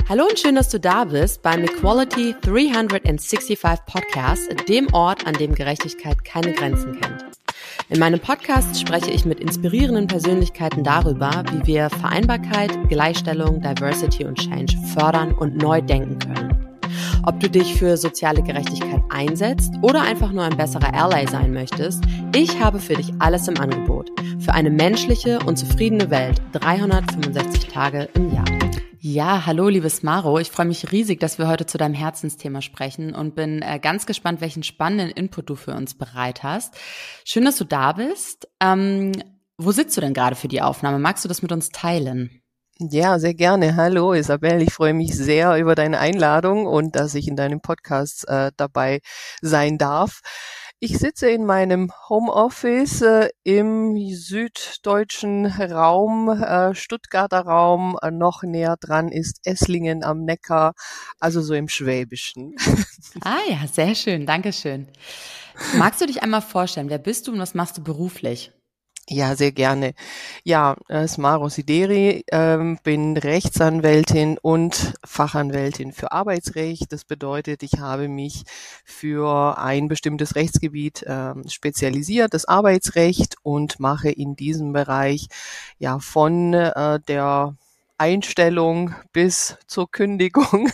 Hallo und schön, dass du da bist beim Equality 365 Podcast, dem Ort, an dem Gerechtigkeit keine Grenzen kennt. In meinem Podcast spreche ich mit inspirierenden Persönlichkeiten darüber, wie wir Vereinbarkeit, Gleichstellung, Diversity und Change fördern und neu denken können. Ob du dich für soziale Gerechtigkeit einsetzt oder einfach nur ein besserer Ally sein möchtest, ich habe für dich alles im Angebot. Für eine menschliche und zufriedene Welt 365 Tage im Jahr. Ja, hallo liebes Maro, ich freue mich riesig, dass wir heute zu deinem Herzensthema sprechen und bin ganz gespannt, welchen spannenden Input du für uns bereit hast. Schön, dass du da bist. Wo sitzt du denn gerade für die Aufnahme? Magst du das mit uns teilen? Ja, sehr gerne. Hallo Isabel, ich freue mich sehr über deine Einladung und dass ich in deinem Podcast dabei sein darf. Ich sitze in meinem Homeoffice im süddeutschen Raum, Stuttgarter Raum, noch näher dran ist Esslingen am Neckar, also so im Schwäbischen. Ah ja, sehr schön, Dankeschön. Magst du dich einmal vorstellen, wer bist du und was machst du beruflich? Ja, sehr gerne. Ja, Smaro Sideri, bin Rechtsanwältin und Fachanwältin für Arbeitsrecht. Das bedeutet, ich habe mich für ein bestimmtes Rechtsgebiet spezialisiert, das Arbeitsrecht, und mache in diesem Bereich ja von der Einstellung bis zur Kündigung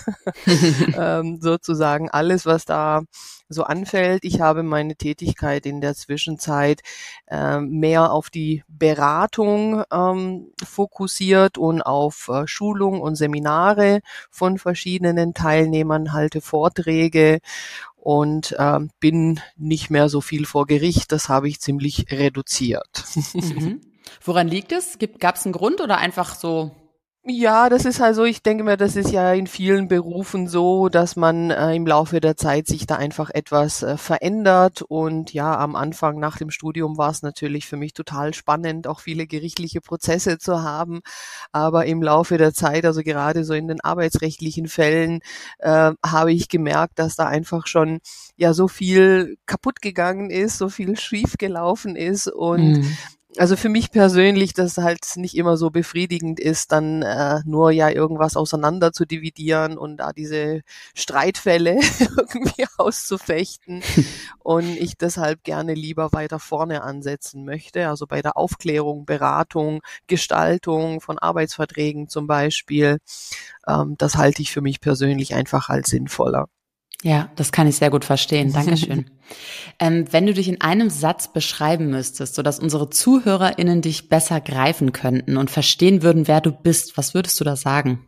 sozusagen alles, was da so anfällt. Ich habe meine Tätigkeit in der Zwischenzeit mehr auf die Beratung fokussiert und auf Schulung und Seminare von verschiedenen Teilnehmern, halte Vorträge und bin nicht mehr so viel vor Gericht. Das habe ich ziemlich reduziert. Mhm. Woran liegt es? Gab es einen Grund oder einfach so? Ja, das ist also, ich denke mir, das ist ja in vielen Berufen so, dass man im Laufe der Zeit sich da einfach etwas verändert. Und ja, am Anfang nach dem Studium war es natürlich für mich total spannend, auch viele gerichtliche Prozesse zu haben. Aber im Laufe der Zeit, also gerade so in den arbeitsrechtlichen Fällen, habe ich gemerkt, dass da einfach schon ja so viel kaputt gegangen ist, so viel schief gelaufen ist und also für mich persönlich, dass halt nicht immer so befriedigend ist, dann nur ja irgendwas auseinander zu dividieren und da diese Streitfälle irgendwie auszufechten und ich deshalb gerne lieber weiter vorne ansetzen möchte, also bei der Aufklärung, Beratung, Gestaltung von Arbeitsverträgen zum Beispiel. Das halte ich für mich persönlich einfach als sinnvoller. Ja, das kann ich sehr gut verstehen. Dankeschön. Wenn du dich in einem Satz beschreiben müsstest, sodass unsere ZuhörerInnen dich besser greifen könnten und verstehen würden, wer du bist, was würdest du da sagen?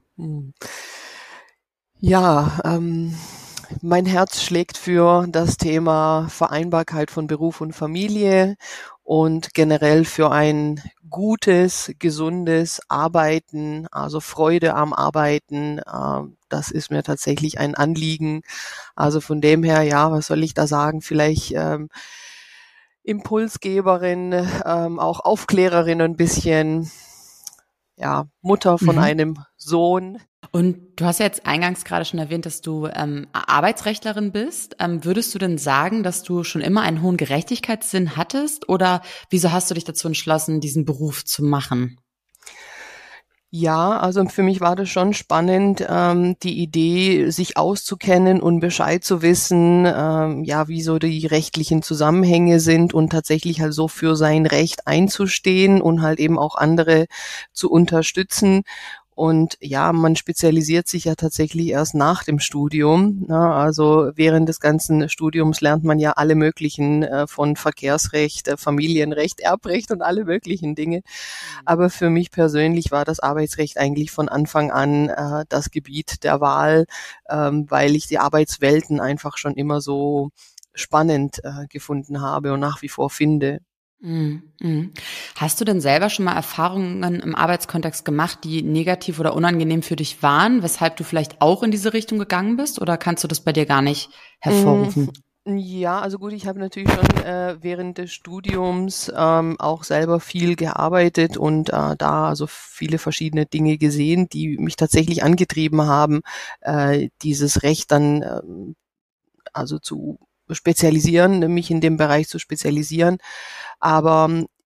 Ja, mein Herz schlägt für das Thema Vereinbarkeit von Beruf und Familie und generell für ein gutes, gesundes Arbeiten, also Freude am Arbeiten. Das ist mir tatsächlich ein Anliegen. Also von dem her, ja, was soll ich da sagen? Vielleicht Impulsgeberin, auch Aufklärerin ein bisschen, ja, Mutter von einem Sohn. Und du hast ja jetzt eingangs gerade schon erwähnt, dass du Arbeitsrechtlerin bist. Würdest du denn sagen, dass du schon immer einen hohen Gerechtigkeitssinn hattest? Oder wieso hast du dich dazu entschlossen, diesen Beruf zu machen? Ja, also für mich war das schon spannend, die Idee, sich auszukennen und Bescheid zu wissen, ja, wie so die rechtlichen Zusammenhänge sind und tatsächlich halt so für sein Recht einzustehen und halt eben auch andere zu unterstützen. Und ja, man spezialisiert sich ja tatsächlich erst nach dem Studium. Ne? Also während des ganzen Studiums lernt man ja alle möglichen von Verkehrsrecht, Familienrecht, Erbrecht und alle möglichen Dinge. Aber für mich persönlich war das Arbeitsrecht eigentlich von Anfang an das Gebiet der Wahl, weil ich die Arbeitswelten einfach schon immer so spannend gefunden habe und nach wie vor finde. Hast du denn selber schon mal Erfahrungen im Arbeitskontext gemacht, die negativ oder unangenehm für dich waren, weshalb du vielleicht auch in diese Richtung gegangen bist, oder kannst du das bei dir gar nicht hervorrufen? Ja, also gut, ich habe natürlich schon während des Studiums auch selber viel gearbeitet und da also viele verschiedene Dinge gesehen, die mich tatsächlich angetrieben haben, dieses Recht dann also zu spezialisieren, mich in dem Bereich zu spezialisieren. Aber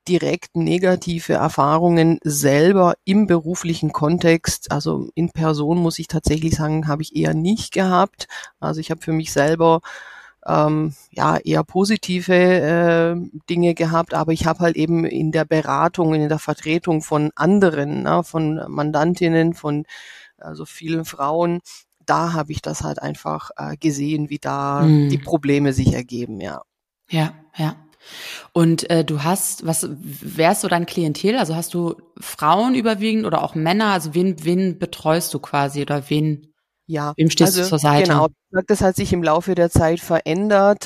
direkt negative Erfahrungen selber im beruflichen Kontext, also in Person muss ich tatsächlich sagen, habe ich eher nicht gehabt. Also ich habe für mich selber eher positive Dinge gehabt, aber ich habe halt eben in der Beratung, in der Vertretung von anderen, ne, von Mandantinnen, von also vielen Frauen, da habe ich das halt einfach gesehen, wie da die Probleme sich ergeben, ja. Ja, ja. Und wer ist so dein Klientel? Also hast du Frauen überwiegend oder auch Männer? Also wen betreust du quasi oder wem Ja, stehst du also zur Seite? genau, das hat sich im Laufe der Zeit verändert.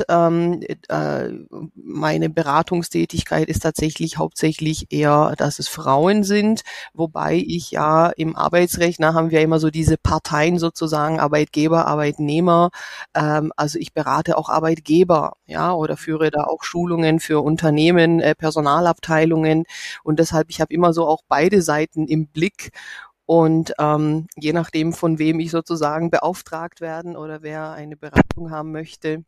Meine Beratungstätigkeit ist tatsächlich hauptsächlich eher, dass es Frauen sind, wobei ich ja im Arbeitsrecht, da haben wir immer so diese Parteien sozusagen, Arbeitgeber, Arbeitnehmer. Also ich berate auch Arbeitgeber, ja, oder führe da auch Schulungen für Unternehmen, Personalabteilungen und deshalb, ich habe immer so auch beide Seiten im Blick. Und je nachdem, von wem ich sozusagen beauftragt werden oder wer eine Beratung haben möchte,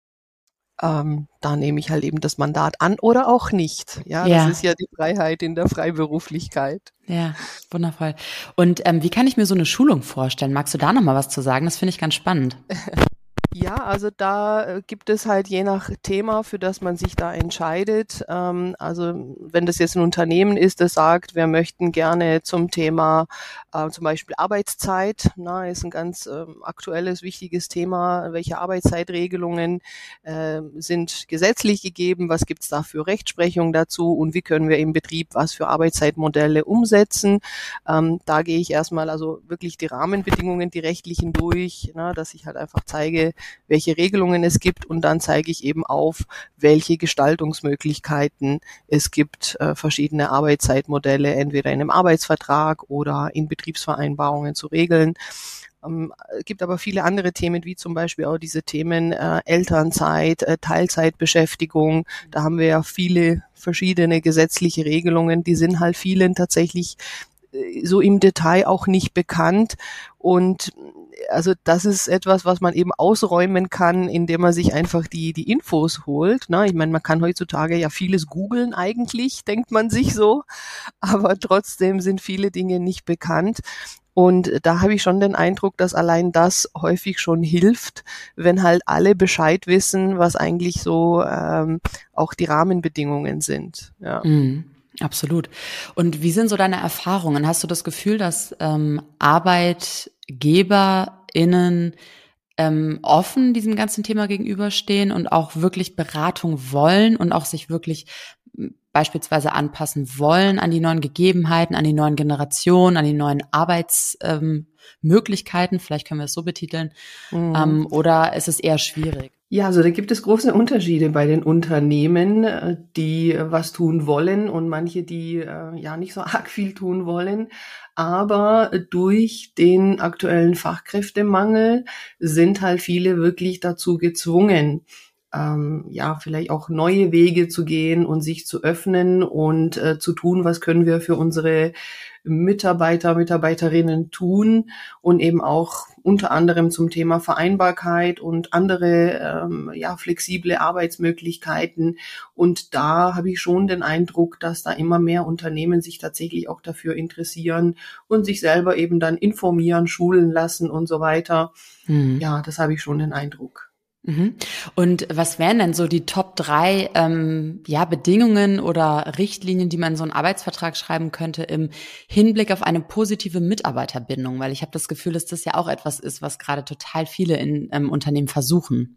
da nehme ich halt eben das Mandat an oder auch nicht. Ja, das Ja, ist ja die Freiheit in der Freiberuflichkeit. ja, wundervoll. Und wie kann ich mir so eine Schulung vorstellen? Magst du da noch mal was zu sagen? Das finde ich ganz spannend. Ja, also da gibt es halt je nach Thema, für das man sich da entscheidet. Also wenn das jetzt ein Unternehmen ist, das sagt, wir möchten gerne zum Thema zum Beispiel Arbeitszeit, ist ein ganz aktuelles, wichtiges Thema. Welche Arbeitszeitregelungen sind gesetzlich gegeben? Was gibt's da für Rechtsprechung dazu? Und wie können wir im Betrieb was für Arbeitszeitmodelle umsetzen? Da gehe ich erstmal also wirklich die Rahmenbedingungen, die rechtlichen durch, dass ich halt einfach zeige, welche Regelungen es gibt und dann zeige ich eben auf, welche Gestaltungsmöglichkeiten es gibt, verschiedene Arbeitszeitmodelle entweder in einem Arbeitsvertrag oder in Betriebsvereinbarungen zu regeln. Es gibt aber viele andere Themen, wie zum Beispiel auch diese Themen Elternzeit, Teilzeitbeschäftigung. Da haben wir ja viele verschiedene gesetzliche Regelungen, die sind halt vielen tatsächlich so im Detail auch nicht bekannt. Und also das ist etwas, was man eben ausräumen kann, indem man sich einfach die Infos holt. Ne? Ich meine, man kann heutzutage ja vieles googeln eigentlich, denkt man sich so, aber trotzdem sind viele Dinge nicht bekannt. Und da habe ich schon den Eindruck, dass allein das häufig schon hilft, wenn halt alle Bescheid wissen, was eigentlich so auch die Rahmenbedingungen sind. Ja. Absolut. Und wie sind so deine Erfahrungen? Hast du das Gefühl, dass ArbeitgeberInnen offen diesem ganzen Thema gegenüberstehen und auch wirklich Beratung wollen und auch sich wirklich beispielsweise anpassen wollen an die neuen Gegebenheiten, an die neuen Generationen, an die neuen Arbeitsmöglichkeiten, vielleicht können wir es so betiteln, oder ist es eher schwierig? Ja, also da gibt es große Unterschiede bei den Unternehmen, die was tun wollen und manche, die ja nicht so arg viel tun wollen. Aber durch den aktuellen Fachkräftemangel sind halt viele wirklich dazu gezwungen, vielleicht auch neue Wege zu gehen und sich zu öffnen und zu tun, was können wir für unsere Mitarbeiter, Mitarbeiterinnen tun und eben auch unter anderem zum Thema Vereinbarkeit und andere flexible Arbeitsmöglichkeiten. Und da habe ich schon den Eindruck, dass da immer mehr Unternehmen sich tatsächlich auch dafür interessieren und sich selber eben dann informieren, schulen lassen und so weiter. Ja, das habe ich schon den Eindruck. Und was wären denn so die Top 3 Bedingungen oder Richtlinien, die man in so einen Arbeitsvertrag schreiben könnte im Hinblick auf eine positive Mitarbeiterbindung? Weil ich habe das Gefühl, dass das ja auch etwas ist, was gerade total viele in Unternehmen versuchen.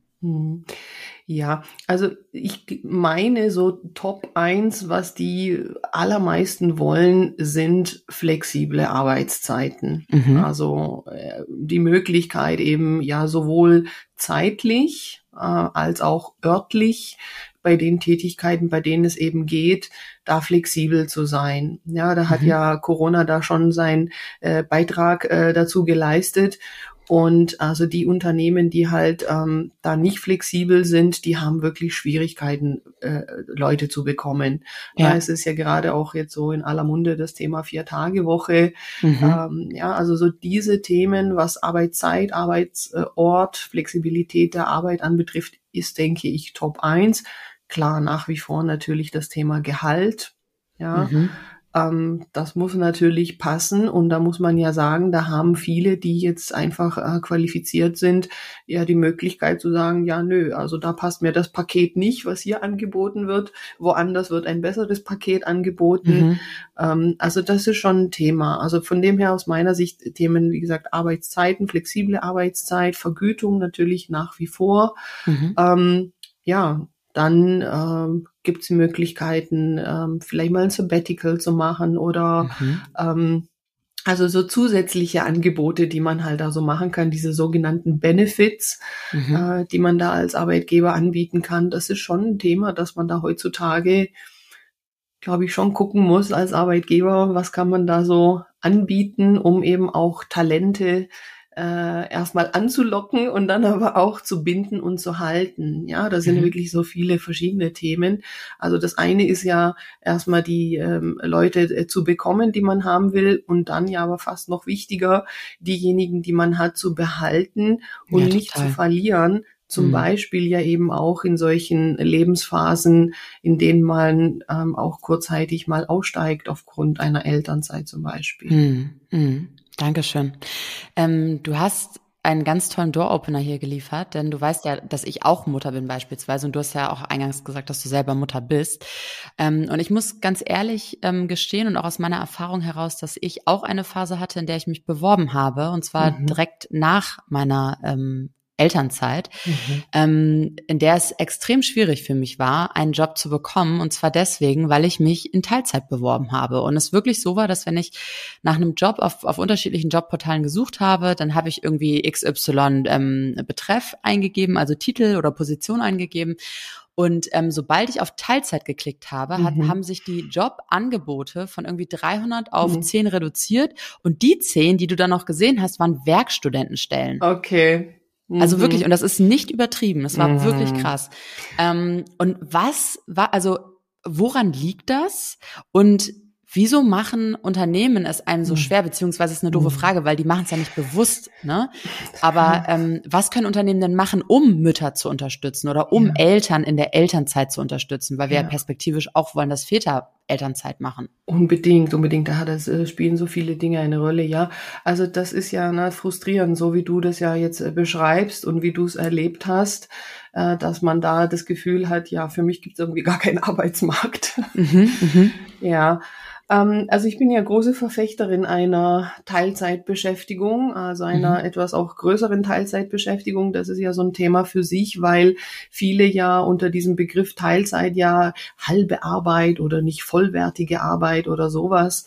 Ja, also ich meine so Top 1, was die allermeisten wollen, sind flexible Arbeitszeiten. Also die Möglichkeit eben ja sowohl zeitlich als auch örtlich bei den Tätigkeiten, bei denen es eben geht, da flexibel zu sein. Ja, da hat ja Corona da schon seinen Beitrag dazu geleistet. Und also die Unternehmen, die halt da nicht flexibel sind, die haben wirklich Schwierigkeiten, Leute zu bekommen. Ja. Es ist ja gerade auch jetzt so in aller Munde das Thema 4-Tage-Woche. Also so diese Themen, was Arbeitszeit, Arbeitsort, Flexibilität der Arbeit anbetrifft, ist, denke ich, Top 1. Klar, nach wie vor natürlich das Thema Gehalt. Ja, das muss natürlich passen und da muss man ja sagen, da haben viele, die jetzt einfach qualifiziert sind, ja die Möglichkeit zu sagen, ja nö, also da passt mir das Paket nicht, was hier angeboten wird, woanders wird ein besseres Paket angeboten. Also das ist schon ein Thema. Also von dem her aus meiner Sicht Themen, wie gesagt, Arbeitszeiten, flexible Arbeitszeit, Vergütung natürlich nach wie vor. Ja, dann gibt es Möglichkeiten, vielleicht mal ein Sabbatical zu machen oder also so zusätzliche Angebote, die man halt da so machen kann, diese sogenannten Benefits, die man da als Arbeitgeber anbieten kann. Das ist schon ein Thema, dass man da heutzutage, glaube ich, schon gucken muss als Arbeitgeber, was kann man da so anbieten, um eben auch Talente erstmal anzulocken und dann aber auch zu binden und zu halten. Ja, da sind wirklich so viele verschiedene Themen. Also das eine ist ja erstmal die Leute zu bekommen, die man haben will und dann ja aber fast noch wichtiger, diejenigen, die man hat, zu behalten und Ja, nicht total. zu verlieren. Zum Beispiel ja eben auch in solchen Lebensphasen, in denen man auch kurzzeitig mal aussteigt aufgrund einer Elternzeit zum Beispiel. Dankeschön. Du hast einen ganz tollen Door-Opener hier geliefert, denn du weißt ja, dass ich auch Mutter bin beispielsweise und du hast ja auch eingangs gesagt, dass du selber Mutter bist. Und ich muss ganz ehrlich gestehen und auch aus meiner Erfahrung heraus, dass ich auch eine Phase hatte, in der ich mich beworben habe und zwar direkt nach meiner Elternzeit, in der es extrem schwierig für mich war, einen Job zu bekommen. Und zwar deswegen, weil ich mich in Teilzeit beworben habe. Und es wirklich so war, dass wenn ich nach einem Job auf unterschiedlichen Jobportalen gesucht habe, dann habe ich irgendwie XY Betreff eingegeben, also Titel oder Position eingegeben. Und sobald ich auf Teilzeit geklickt habe, haben sich die Jobangebote von irgendwie 300 auf 10 reduziert. Und die 10, die du dann noch gesehen hast, waren Werkstudentenstellen. Okay. Also wirklich, und das ist nicht übertrieben, das war wirklich krass. Und woran liegt das? Und wieso machen Unternehmen es einem so schwer, beziehungsweise ist eine doofe Frage, weil die machen es ja nicht bewusst, ne? Aber was können Unternehmen denn machen, um Mütter zu unterstützen oder um Eltern in der Elternzeit zu unterstützen? Weil wir ja perspektivisch auch wollen, dass Väter Elternzeit machen. Unbedingt. Spielen so viele Dinge eine Rolle, ja. Also das ist ja frustrierend, so wie du das ja jetzt beschreibst und wie du es erlebt hast, dass man da das Gefühl hat, ja, für mich gibt es irgendwie gar keinen Arbeitsmarkt. Ja. Also ich bin ja große Verfechterin einer Teilzeitbeschäftigung, also einer etwas auch größeren Teilzeitbeschäftigung. Das ist ja so ein Thema für sich, weil viele ja unter diesem Begriff Teilzeit ja halbe Arbeit oder nicht vollwertige Arbeit oder sowas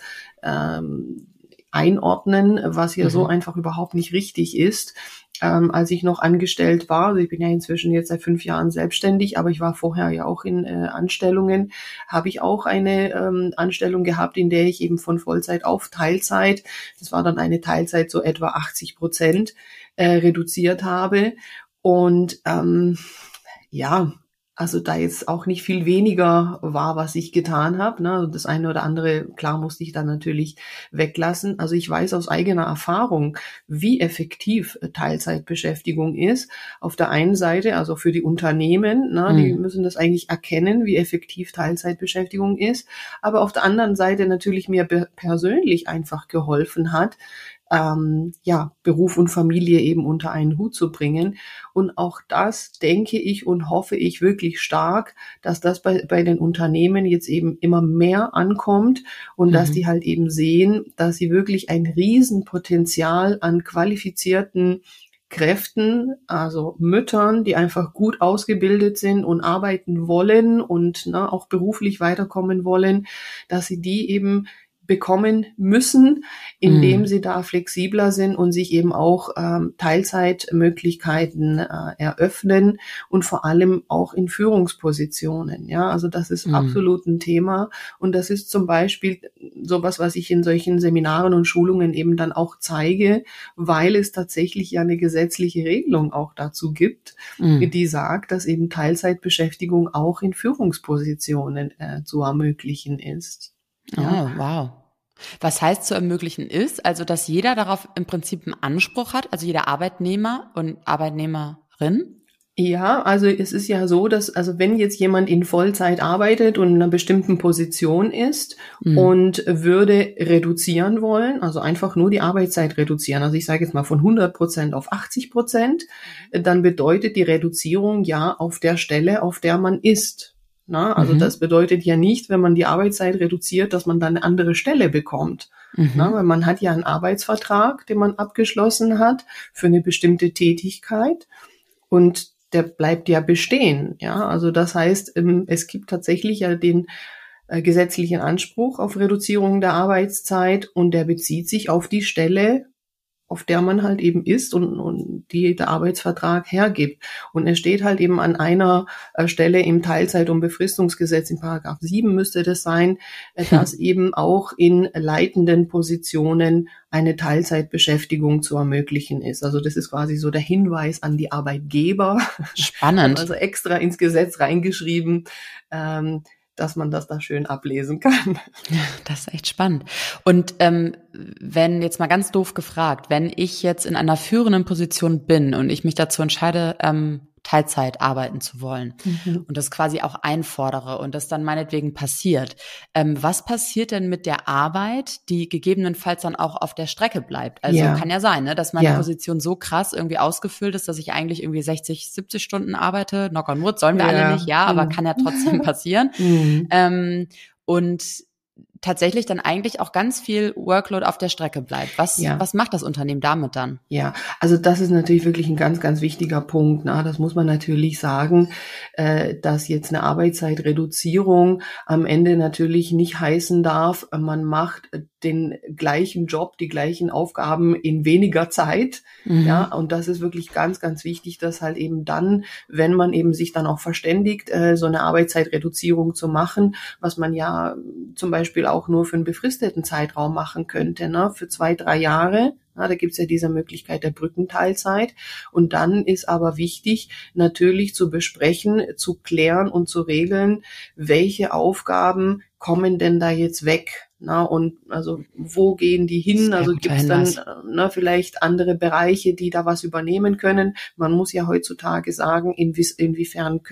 einordnen, was ja so einfach überhaupt nicht richtig ist. Als ich noch angestellt war, also ich bin ja inzwischen jetzt seit 5 Jahren selbstständig, aber ich war vorher ja auch in Anstellungen, habe ich auch eine Anstellung gehabt, in der ich eben von Vollzeit auf Teilzeit, das war dann eine Teilzeit so etwa 80% reduziert habe. Und ja, also da jetzt auch nicht viel weniger war, was ich getan habe. Ne? Also das eine oder andere, klar, musste ich dann natürlich weglassen. Also ich weiß aus eigener Erfahrung, wie effektiv Teilzeitbeschäftigung ist. Auf der einen Seite, also für die Unternehmen, ne, die müssen das eigentlich erkennen, wie effektiv Teilzeitbeschäftigung ist. Aber auf der anderen Seite natürlich mir persönlich einfach geholfen hat, Beruf und Familie eben unter einen Hut zu bringen. Und auch das denke ich und hoffe ich wirklich stark, dass das bei den Unternehmen jetzt eben immer mehr ankommt und dass die halt eben sehen, dass sie wirklich ein Riesenpotenzial an qualifizierten Kräften, also Müttern, die einfach gut ausgebildet sind und arbeiten wollen und auch beruflich weiterkommen wollen, dass sie die eben bekommen müssen, indem sie da flexibler sind und sich eben auch Teilzeitmöglichkeiten eröffnen und vor allem auch in Führungspositionen. Ja, also das ist absolut ein Thema und das ist zum Beispiel sowas, was ich in solchen Seminaren und Schulungen eben dann auch zeige, weil es tatsächlich ja eine gesetzliche Regelung auch dazu gibt, die sagt, dass eben Teilzeitbeschäftigung auch in Führungspositionen zu ermöglichen ist. Ja. Oh, wow. Was heißt zu ermöglichen ist, also dass jeder darauf im Prinzip einen Anspruch hat, also jeder Arbeitnehmer und Arbeitnehmerin? Ja, also es ist ja so, dass, also wenn jetzt jemand in Vollzeit arbeitet und in einer bestimmten Position ist Mhm. und würde reduzieren wollen, also einfach nur die Arbeitszeit reduzieren, also ich sage jetzt mal von 100% auf 80%, dann bedeutet die Reduzierung ja auf der Stelle, auf der man ist. Na, also das Mhm. bedeutet ja nicht, wenn man die Arbeitszeit reduziert, dass man dann eine andere Stelle bekommt. Na, weil Mhm. man hat ja einen Arbeitsvertrag, den man abgeschlossen hat für eine bestimmte Tätigkeit. Und der bleibt ja bestehen, ja. Also das heißt, es gibt tatsächlich ja den gesetzlichen Anspruch auf Reduzierung der Arbeitszeit und der bezieht sich auf die Stelle, auf der man halt eben ist und die der Arbeitsvertrag hergibt. Und er steht halt eben an einer Stelle im Teilzeit- und Befristungsgesetz, in Paragraph 7 müsste das sein, dass eben auch in leitenden Positionen eine Teilzeitbeschäftigung zu ermöglichen ist. Also das ist quasi so der Hinweis an die Arbeitgeber. Ich habe Spannend. also extra ins Gesetz reingeschrieben, dass man das da schön ablesen kann. Das ist echt spannend. Und wenn jetzt mal ganz doof gefragt, wenn ich jetzt in einer führenden Position bin und ich mich dazu entscheide, Teilzeit arbeiten zu wollen Mhm. und das quasi auch einfordere und das dann meinetwegen passiert, was passiert denn mit der Arbeit, die gegebenenfalls dann auch auf der Strecke bleibt? Also Ja, kann ja sein, ne, dass meine ja, Position so krass irgendwie ausgefüllt ist, dass ich eigentlich irgendwie 60, 70 Stunden arbeite. Knock on wood, sollen wir alle nicht, ja. ja, aber Hm. kann ja trotzdem passieren. Hm. Und tatsächlich dann eigentlich auch ganz viel Workload auf der Strecke bleibt. Ja. Was macht das Unternehmen damit dann? Ja, also das ist natürlich wirklich ein ganz, ganz wichtiger Punkt. Na, das muss man natürlich sagen, dass jetzt eine Arbeitszeitreduzierung am Ende natürlich nicht heißen darf, man macht den gleichen Job, die gleichen Aufgaben in weniger Zeit. Ja, Mhm. und das ist wirklich ganz, ganz wichtig, dass halt eben dann, wenn man eben sich dann auch verständigt, so eine Arbeitszeitreduzierung zu machen, was man ja zum Beispiel auch nur für einen befristeten Zeitraum machen könnte, ne, für 2, 3 Jahre. Ja, da gibt's ja diese Möglichkeit der Brückenteilzeit. Und dann ist aber wichtig, natürlich zu besprechen, zu klären und zu regeln, welche Aufgaben kommen denn da jetzt weg? Na, und also wo gehen die hin? Sehr Also guter gibt's dann Hinweis. vielleicht andere Bereiche, die da was übernehmen können? Man muss ja heutzutage sagen, inwiefern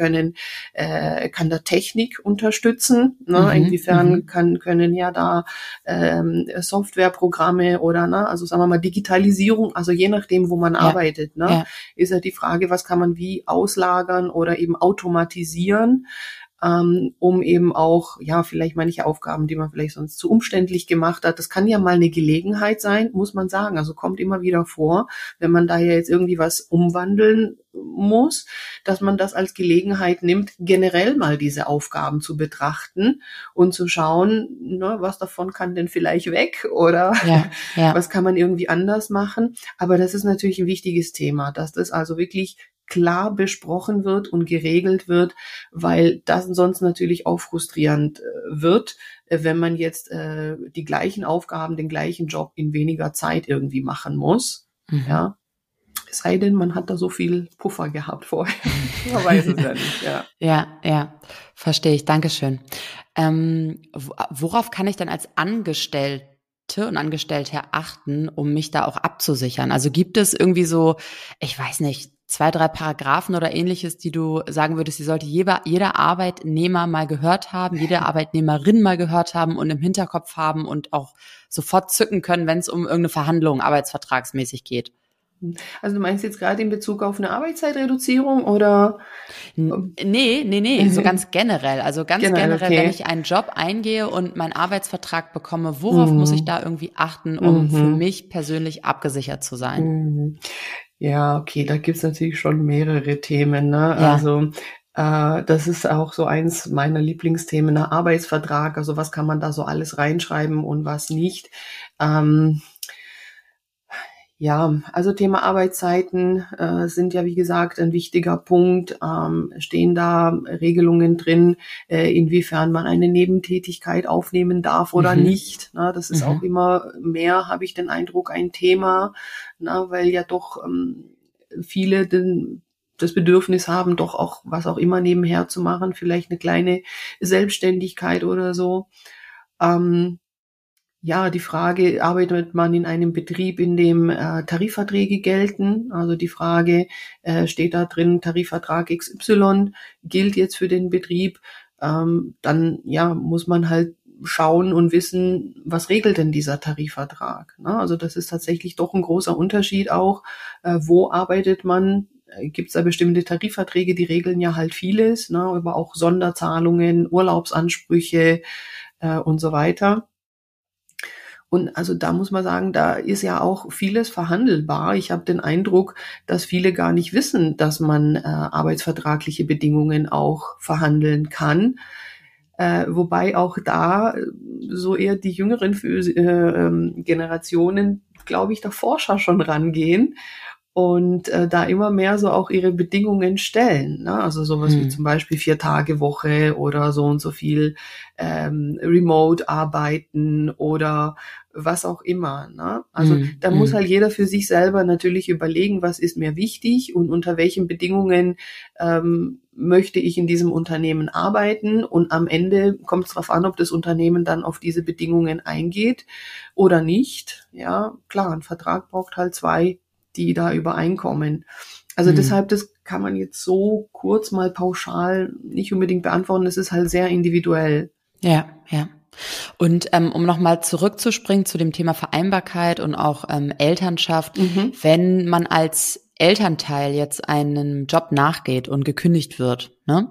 kann da Technik unterstützen? Ne? Mhm. Inwiefern Mhm. können ja da Softwareprogramme oder also sagen wir mal Digitalisierung, also je nachdem, wo man Ja, arbeitet, ne, ja. ist ja die Frage, was kann man wie auslagern oder eben automatisieren, um eben auch, ja, vielleicht manche Aufgaben, die man vielleicht sonst zu umständlich gemacht hat. Das kann ja mal eine Gelegenheit sein, muss man sagen. Also kommt immer wieder vor, wenn man da ja jetzt irgendwie was umwandeln muss, dass man das als Gelegenheit nimmt, generell mal diese Aufgaben zu betrachten und zu schauen, ne, was davon kann denn vielleicht weg oder Ja, was ja. kann man irgendwie anders machen. Aber das ist natürlich ein wichtiges Thema, dass das also wirklich klar besprochen wird und geregelt wird, weil das sonst natürlich auch frustrierend wird, wenn man jetzt die gleichen Aufgaben, den gleichen Job in weniger Zeit irgendwie machen muss. Mhm. Ja, es sei denn, man hat da so viel Puffer gehabt vorher. Man weiß es ja nicht, ja. Ja, ja, verstehe ich. Dankeschön. Worauf kann ich denn als Angestellte und Angestellter achten, um mich da auch abzusichern? Also gibt es irgendwie so, ich weiß nicht, 2, 3 Paragraphen oder ähnliches, die du sagen würdest, die sollte jeder Arbeitnehmer mal gehört haben, jede Arbeitnehmerin mal gehört haben und im Hinterkopf haben und auch sofort zücken können, wenn es um irgendeine Verhandlung arbeitsvertragsmäßig geht? Also du meinst jetzt gerade in Bezug auf eine Arbeitszeitreduzierung oder Nee, so ganz generell. Also ganz generell, generell, wenn okay. ich einen Job eingehe und meinen Arbeitsvertrag bekomme, worauf muss ich Mhm. da irgendwie achten, um für Mhm. mich persönlich abgesichert zu sein? Mhm. Ja, okay, da gibt's natürlich schon mehrere Themen, ne? Ja. Also, das ist auch so eins meiner Lieblingsthemen, der Arbeitsvertrag. Also, was kann man da so alles reinschreiben und was nicht? Ähm, ja, also Thema Arbeitszeiten sind ja, wie gesagt, ein wichtiger Punkt. Stehen da Regelungen drin, inwiefern man eine Nebentätigkeit aufnehmen darf oder Mhm. nicht? Na, das ist auch Mhm. immer mehr, habe ich den Eindruck, ein Thema, na, weil ja doch viele das Bedürfnis haben, doch auch was auch immer nebenher zu machen, vielleicht eine kleine Selbstständigkeit oder so. Ähm, Ja, die Frage, arbeitet man in einem Betrieb, in dem Tarifverträge gelten? Also die Frage, steht da drin, Tarifvertrag XY gilt jetzt für den Betrieb? Dann ja, muss man halt schauen und wissen, was regelt denn dieser Tarifvertrag? Ne? Also das ist tatsächlich doch ein großer Unterschied auch. Wo arbeitet man? Gibt es da bestimmte Tarifverträge, die regeln ja halt vieles, ne? Aber auch Sonderzahlungen, Urlaubsansprüche und so weiter. Und also da muss man sagen, da ist ja auch vieles verhandelbar. Ich habe den Eindruck, dass viele gar nicht wissen, dass man arbeitsvertragliche Bedingungen auch verhandeln kann. Wobei auch da so eher die jüngeren Generationen, glaube ich, der Forscher schon rangehen und da immer mehr so auch ihre Bedingungen stellen. Ne? Also sowas wie zum Beispiel 4-Tage-Woche oder so und so viel Remote arbeiten oder was auch immer. Ne? Also da muss halt jeder für sich selber natürlich überlegen, was ist mir wichtig und unter welchen Bedingungen möchte ich in diesem Unternehmen arbeiten, und am Ende kommt es darauf an, ob das Unternehmen dann auf diese Bedingungen eingeht oder nicht. Ja, klar, ein Vertrag braucht halt zwei, die da übereinkommen. Also deshalb, das kann man jetzt so kurz mal pauschal nicht unbedingt beantworten. Das ist halt sehr individuell. Ja, ja. Und um nochmal zurückzuspringen zu dem Thema Vereinbarkeit und auch Elternschaft, wenn man als Elternteil jetzt einem Job nachgeht und gekündigt wird, ne?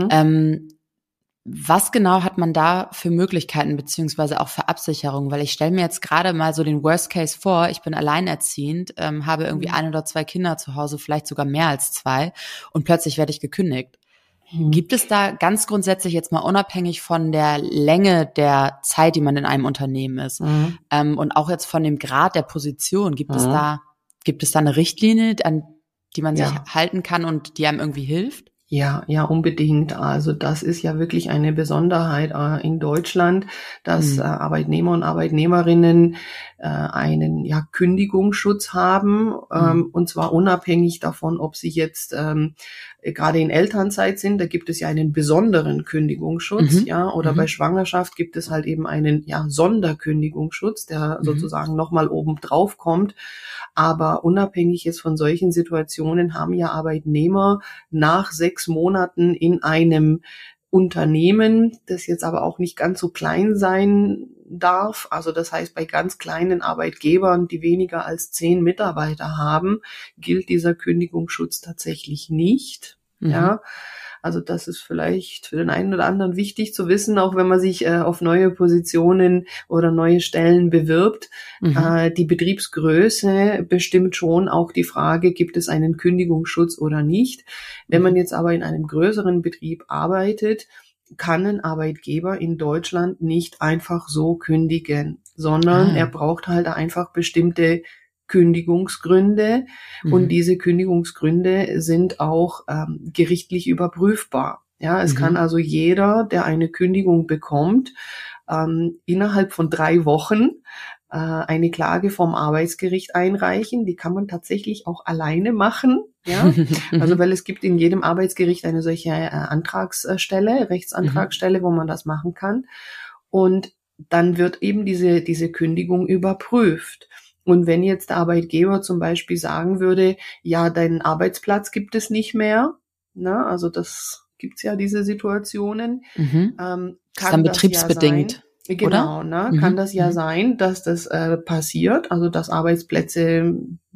Was genau hat man da für Möglichkeiten beziehungsweise auch für Absicherungen? Weil ich stelle mir jetzt gerade mal so den Worst Case vor, ich bin alleinerziehend, habe irgendwie 1 oder 2 Kinder zu Hause, vielleicht sogar mehr als 2, und plötzlich werde ich gekündigt. Gibt es da ganz grundsätzlich jetzt mal unabhängig von der Länge der Zeit, die man in einem Unternehmen ist, und auch jetzt von dem Grad der Position, gibt es da eine Richtlinie, an die man sich halten kann und die einem irgendwie hilft? Ja, unbedingt. Also das ist ja wirklich eine Besonderheit in Deutschland, dass Arbeitnehmer und Arbeitnehmerinnen einen Kündigungsschutz haben, und zwar unabhängig davon, ob sie jetzt gerade in Elternzeit sind. Da gibt es ja einen besonderen Kündigungsschutz, oder bei Schwangerschaft gibt es halt eben einen Sonderkündigungsschutz, der sozusagen nochmal oben drauf kommt. Aber unabhängig jetzt von solchen Situationen haben ja Arbeitnehmer nach 6 Monaten in einem Unternehmen, das jetzt aber auch nicht ganz so klein sein darf. Also das heißt, bei ganz kleinen Arbeitgebern, die weniger als 10 Mitarbeiter haben, gilt dieser Kündigungsschutz tatsächlich nicht. Ja. Also das ist vielleicht für den einen oder anderen wichtig zu wissen, auch wenn man sich auf neue Positionen oder neue Stellen bewirbt. Die Betriebsgröße bestimmt schon auch die Frage, gibt es einen Kündigungsschutz oder nicht. Wenn man jetzt aber in einem größeren Betrieb arbeitet, kann ein Arbeitgeber in Deutschland nicht einfach so kündigen, sondern er braucht halt einfach bestimmte Kündigungsgründe, und diese Kündigungsgründe sind auch gerichtlich überprüfbar. Ja, es kann also jeder, der eine Kündigung bekommt, innerhalb von 3 Wochen eine Klage vom Arbeitsgericht einreichen. Die kann man tatsächlich auch alleine machen. Ja, also weil es gibt in jedem Arbeitsgericht eine solche Antragsstelle, Rechtsantragsstelle, wo man das machen kann. Und dann wird eben diese Kündigung überprüft. Und wenn jetzt der Arbeitgeber zum Beispiel sagen würde, ja, deinen Arbeitsplatz gibt es nicht mehr, ne, also das gibt's ja diese Situationen, kann ist dann betriebsbedingt. Ja sein, genau, oder? Ne, kann das ja sein, dass das passiert, also dass Arbeitsplätze,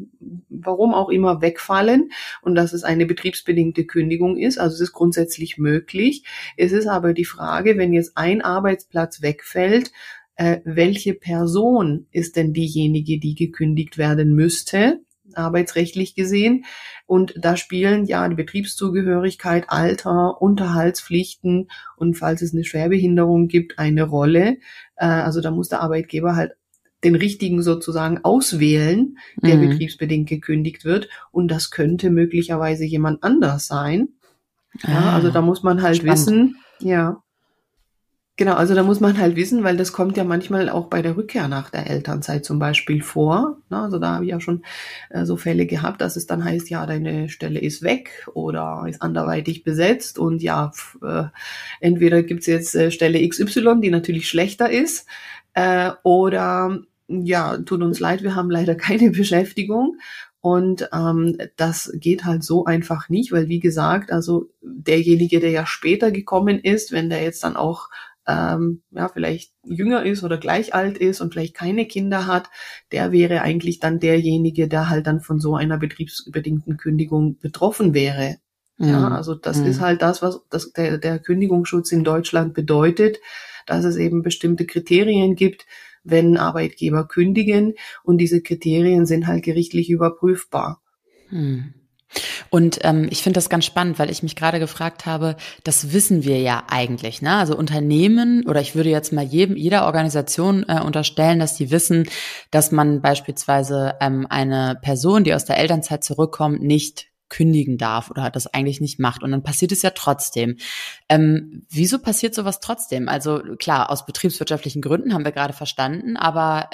warum auch immer, wegfallen und dass es eine betriebsbedingte Kündigung ist. Also es ist grundsätzlich möglich. Es ist aber die Frage, wenn jetzt ein Arbeitsplatz wegfällt, welche Person ist denn diejenige, die gekündigt werden müsste, arbeitsrechtlich gesehen? Und da spielen ja die Betriebszugehörigkeit, Alter, Unterhaltspflichten und falls es eine Schwerbehinderung gibt, eine Rolle. Also da muss der Arbeitgeber halt den richtigen sozusagen auswählen, der betriebsbedingt gekündigt wird. Und das könnte möglicherweise jemand anders sein. Ja, also da muss man halt wissen, Genau, also da muss man halt wissen, weil das kommt ja manchmal auch bei der Rückkehr nach der Elternzeit zum Beispiel vor. Ne? Also da habe ich ja schon so Fälle gehabt, dass es dann heißt, ja, deine Stelle ist weg oder ist anderweitig besetzt und ja, entweder gibt's jetzt Stelle XY, die natürlich schlechter ist, oder ja, tut uns leid, wir haben leider keine Beschäftigung. Und das geht halt so einfach nicht, weil wie gesagt, also derjenige, der ja später gekommen ist, wenn der jetzt dann auch ja, vielleicht jünger ist oder gleich alt ist und vielleicht keine Kinder hat, der wäre eigentlich dann derjenige, der halt dann von so einer betriebsbedingten Kündigung betroffen wäre. Ja, also das ist halt das, was der Kündigungsschutz in Deutschland bedeutet, dass es eben bestimmte Kriterien gibt, wenn Arbeitgeber kündigen, und diese Kriterien sind halt gerichtlich überprüfbar. Und ich finde das ganz spannend, weil ich mich gerade gefragt habe, das wissen wir ja eigentlich, ne? Also Unternehmen, oder ich würde jetzt mal jeder Organisation unterstellen, dass die wissen, dass man beispielsweise eine Person, die aus der Elternzeit zurückkommt, nicht kündigen darf oder das eigentlich nicht macht. Und dann passiert es ja trotzdem. Wieso passiert sowas trotzdem? Also klar, aus betriebswirtschaftlichen Gründen haben wir gerade verstanden, aber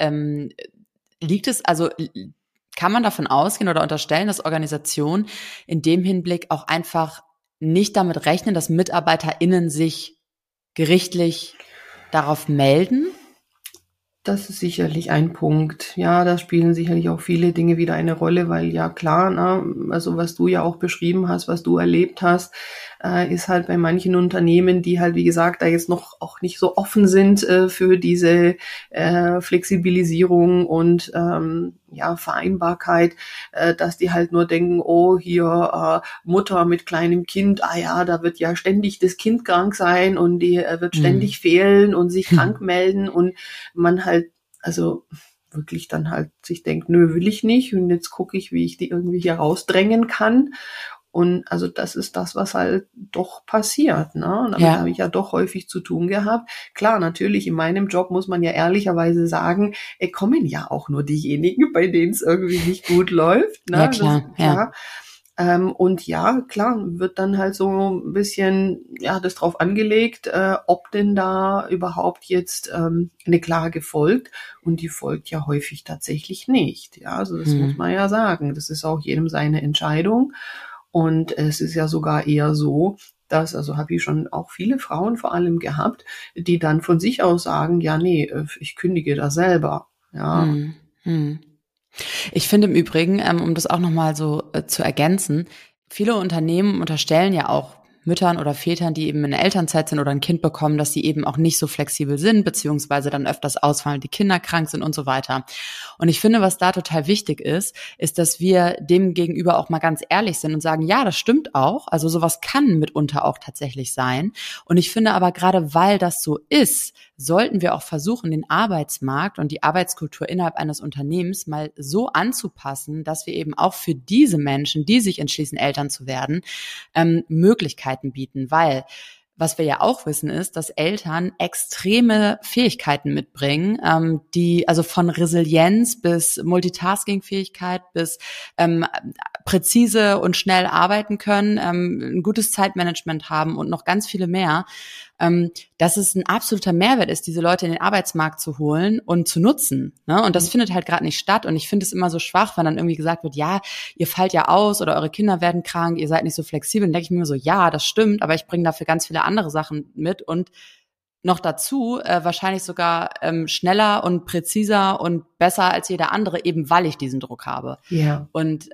kann man davon ausgehen oder unterstellen, dass Organisationen in dem Hinblick auch einfach nicht damit rechnen, dass MitarbeiterInnen sich gerichtlich darauf melden? Das ist sicherlich ein Punkt. Ja, da spielen sicherlich auch viele Dinge wieder eine Rolle, weil ja klar, ne, also was du ja auch beschrieben hast, was du erlebt hast, ist halt bei manchen Unternehmen, die halt, wie gesagt, da jetzt noch auch nicht so offen sind für diese Flexibilisierung und ja, Vereinbarkeit, dass die halt nur denken, oh, hier Mutter mit kleinem Kind, ah ja, da wird ja ständig das Kind krank sein und die wird ständig fehlen und sich krank melden, und man halt, also wirklich dann halt sich denkt, nö, will ich nicht, und jetzt gucke ich, wie ich die irgendwie hier rausdrängen kann. Und also das ist das, was halt doch passiert, ne? Und damit habe ich ja doch häufig zu tun gehabt. Klar, natürlich, in meinem Job muss man ja ehrlicherweise sagen, kommen ja auch nur diejenigen, bei denen es irgendwie nicht gut läuft, ne? Ja, klar, das, klar. Und ja, klar, wird dann halt so ein bisschen, ja, das drauf angelegt, ob denn da überhaupt jetzt eine Klage folgt. Und die folgt ja häufig tatsächlich nicht. Ja, also das muss man ja sagen. Das ist auch jedem seine Entscheidung. Und es ist ja sogar eher so, dass, also habe ich schon auch viele Frauen vor allem gehabt, die dann von sich aus sagen, ja, nee, ich kündige da selber. Ja. Ich finde im Übrigen, um das auch nochmal so zu ergänzen, viele Unternehmen unterstellen ja auch Müttern oder Vätern, die eben in der Elternzeit sind oder ein Kind bekommen, dass sie eben auch nicht so flexibel sind, beziehungsweise dann öfters ausfallen, die Kinder krank sind und so weiter. Und ich finde, was da total wichtig ist, dass wir dem gegenüber auch mal ganz ehrlich sind und sagen, ja, das stimmt auch. Also sowas kann mitunter auch tatsächlich sein. Und ich finde aber, gerade weil das so ist, sollten wir auch versuchen, den Arbeitsmarkt und die Arbeitskultur innerhalb eines Unternehmens mal so anzupassen, dass wir eben auch für diese Menschen, die sich entschließen, Eltern zu werden, Möglichkeiten bieten, weil was wir ja auch wissen ist, dass Eltern extreme Fähigkeiten mitbringen, die also von Resilienz bis Multitasking-Fähigkeit bis präzise und schnell arbeiten können, ein gutes Zeitmanagement haben und noch ganz viele mehr, dass es ein absoluter Mehrwert ist, diese Leute in den Arbeitsmarkt zu holen und zu nutzen. Ne? Und das findet halt gerade nicht statt. Und ich finde es immer so schwach, wenn dann irgendwie gesagt wird, ja, ihr fallt ja aus oder eure Kinder werden krank, ihr seid nicht so flexibel. Dann denke ich mir so, ja, das stimmt, aber ich bringe dafür ganz viele andere Sachen mit und noch dazu wahrscheinlich sogar schneller und präziser und besser als jeder andere, eben weil ich diesen Druck habe. Ja. Und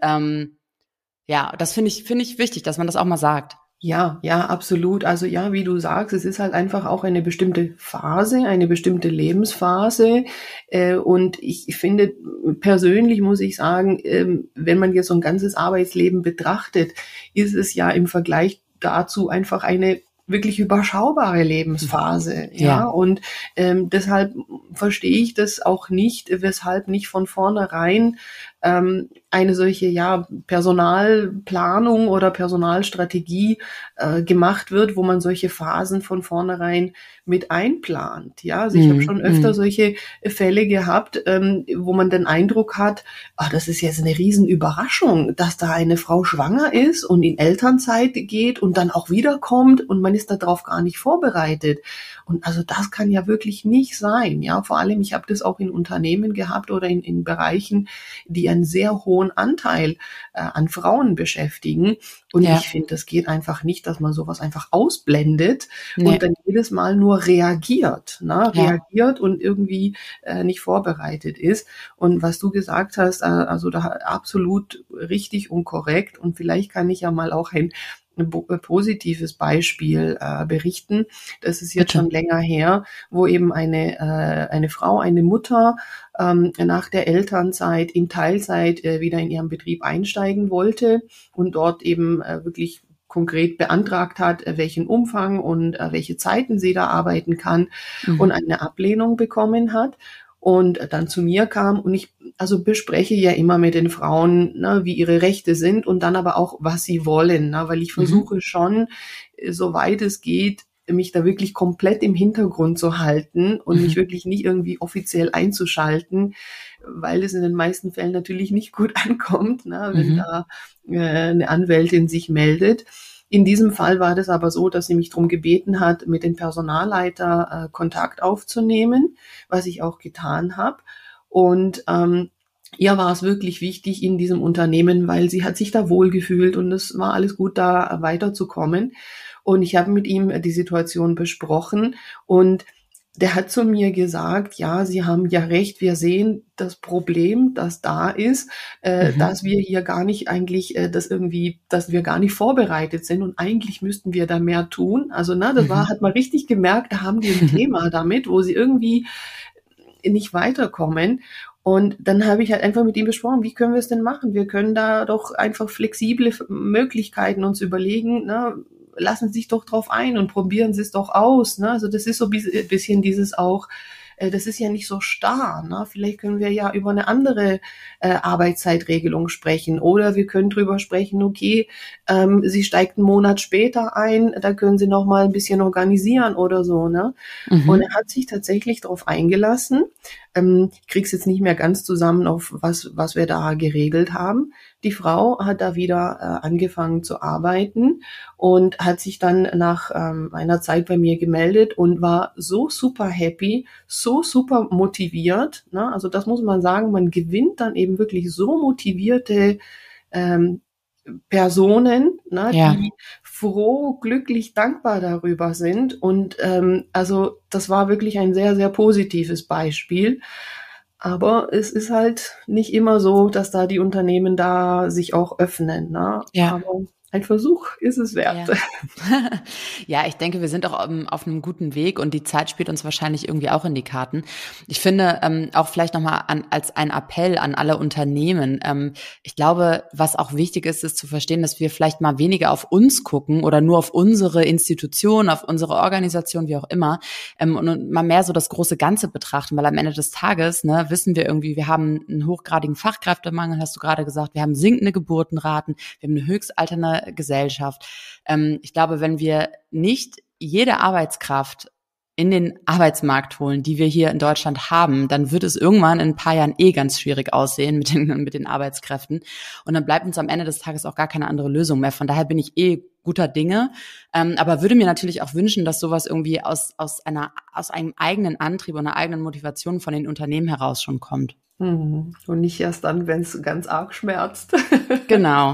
ja, das finde ich wichtig, dass man das auch mal sagt. Ja, ja, absolut. Also ja, wie du sagst, es ist halt einfach auch eine bestimmte Phase, eine bestimmte Lebensphase. Und ich finde, persönlich muss ich sagen, wenn man jetzt so ein ganzes Arbeitsleben betrachtet, ist es ja im Vergleich dazu einfach eine wirklich überschaubare Lebensphase. Ja. Und deshalb verstehe ich das auch nicht, weshalb nicht von vornherein eine solche Personalplanung oder Personalstrategie gemacht wird, wo man solche Phasen von vornherein mit einplant. Ja, also ich habe schon öfter solche Fälle gehabt, wo man den Eindruck hat, das ist jetzt eine Riesenüberraschung, dass da eine Frau schwanger ist und in Elternzeit geht und dann auch wiederkommt und man ist darauf gar nicht vorbereitet. Und also das kann ja wirklich nicht sein. Ja, vor allem, ich habe das auch in Unternehmen gehabt oder in Bereichen, die einen sehr hohen Anteil an Frauen beschäftigen. Und ich finde, das geht einfach nicht, dass man sowas einfach ausblendet und dann jedes Mal nur reagiert, reagiert und irgendwie nicht vorbereitet ist. Und was du gesagt hast, also da absolut richtig und korrekt. Und vielleicht kann ich ja mal auch ein positives Beispiel berichten. Das ist jetzt schon länger her, wo eben eine Frau, eine Mutter nach der Elternzeit in Teilzeit wieder in ihrem Betrieb einsteigen wollte und dort eben wirklich konkret beantragt hat, welchen Umfang und welche Zeiten sie da arbeiten kann und eine Ablehnung bekommen hat. Und dann zu mir kam und ich bespreche ja immer mit den Frauen, wie ihre Rechte sind und dann aber auch, was sie wollen, weil ich versuche schon, soweit es geht, mich da wirklich komplett im Hintergrund zu halten und mich wirklich nicht irgendwie offiziell einzuschalten, weil es in den meisten Fällen natürlich nicht gut ankommt, wenn da eine Anwältin sich meldet. In diesem Fall war das aber so, dass sie mich darum gebeten hat, mit dem Personalleiter Kontakt aufzunehmen, was ich auch getan habe. Und ihr war es wirklich wichtig in diesem Unternehmen, weil sie hat sich da wohlgefühlt und es war alles gut, da weiterzukommen. Und ich habe mit ihm die Situation besprochen und der hat zu mir gesagt, ja, Sie haben ja recht, wir sehen das Problem, das da ist, dass wir hier gar nicht eigentlich, dass wir gar nicht vorbereitet sind und eigentlich müssten wir da mehr tun. Also, hat man richtig gemerkt, da haben die ein Thema damit, wo sie irgendwie nicht weiterkommen. Und dann habe ich halt einfach mit ihm besprochen, wie können wir es denn machen? Wir können da doch einfach flexible Möglichkeiten uns überlegen, lassen Sie sich doch drauf ein und probieren Sie es doch aus. Also das ist so ein bisschen dieses auch, das ist ja nicht so starr. Vielleicht können wir ja über eine andere Arbeitszeitregelung sprechen oder wir können drüber sprechen, okay, sie steigt einen Monat später ein, da können Sie noch mal ein bisschen organisieren oder so. Und er hat sich tatsächlich darauf eingelassen. Ich krieg's jetzt nicht mehr ganz zusammen, auf was wir da geregelt haben. Die Frau hat da wieder angefangen zu arbeiten und hat sich dann nach einer Zeit bei mir gemeldet und war so super happy, so super motiviert. Also das muss man sagen, man gewinnt dann eben wirklich so motivierte Personen, die froh, glücklich, dankbar darüber sind. Und also das war wirklich ein sehr, sehr positives Beispiel. Aber es ist halt nicht immer so, dass da die Unternehmen da sich auch öffnen. Aber ein Versuch ist es wert. Ja, ich denke, wir sind auch auf einem guten Weg und die Zeit spielt uns wahrscheinlich irgendwie auch in die Karten. Ich finde, auch vielleicht nochmal als ein Appell an alle Unternehmen. Ich glaube, was auch wichtig ist, ist zu verstehen, dass wir vielleicht mal weniger auf uns gucken oder nur auf unsere Institution, auf unsere Organisation, wie auch immer, und mal mehr so das große Ganze betrachten, weil am Ende des Tages, wissen wir irgendwie, wir haben einen hochgradigen Fachkräftemangel, hast du gerade gesagt, wir haben sinkende Geburtenraten, wir haben eine höchst alternde Gesellschaft. Ich glaube, wenn wir nicht jede Arbeitskraft in den Arbeitsmarkt holen, die wir hier in Deutschland haben, dann wird es irgendwann in ein paar Jahren ganz schwierig aussehen mit den Arbeitskräften. Und dann bleibt uns am Ende des Tages auch gar keine andere Lösung mehr. Von daher bin ich guter Dinge, aber würde mir natürlich auch wünschen, dass sowas irgendwie aus einem eigenen Antrieb und einer eigenen Motivation von den Unternehmen heraus schon kommt. Und nicht erst dann, wenn es ganz arg schmerzt. Genau.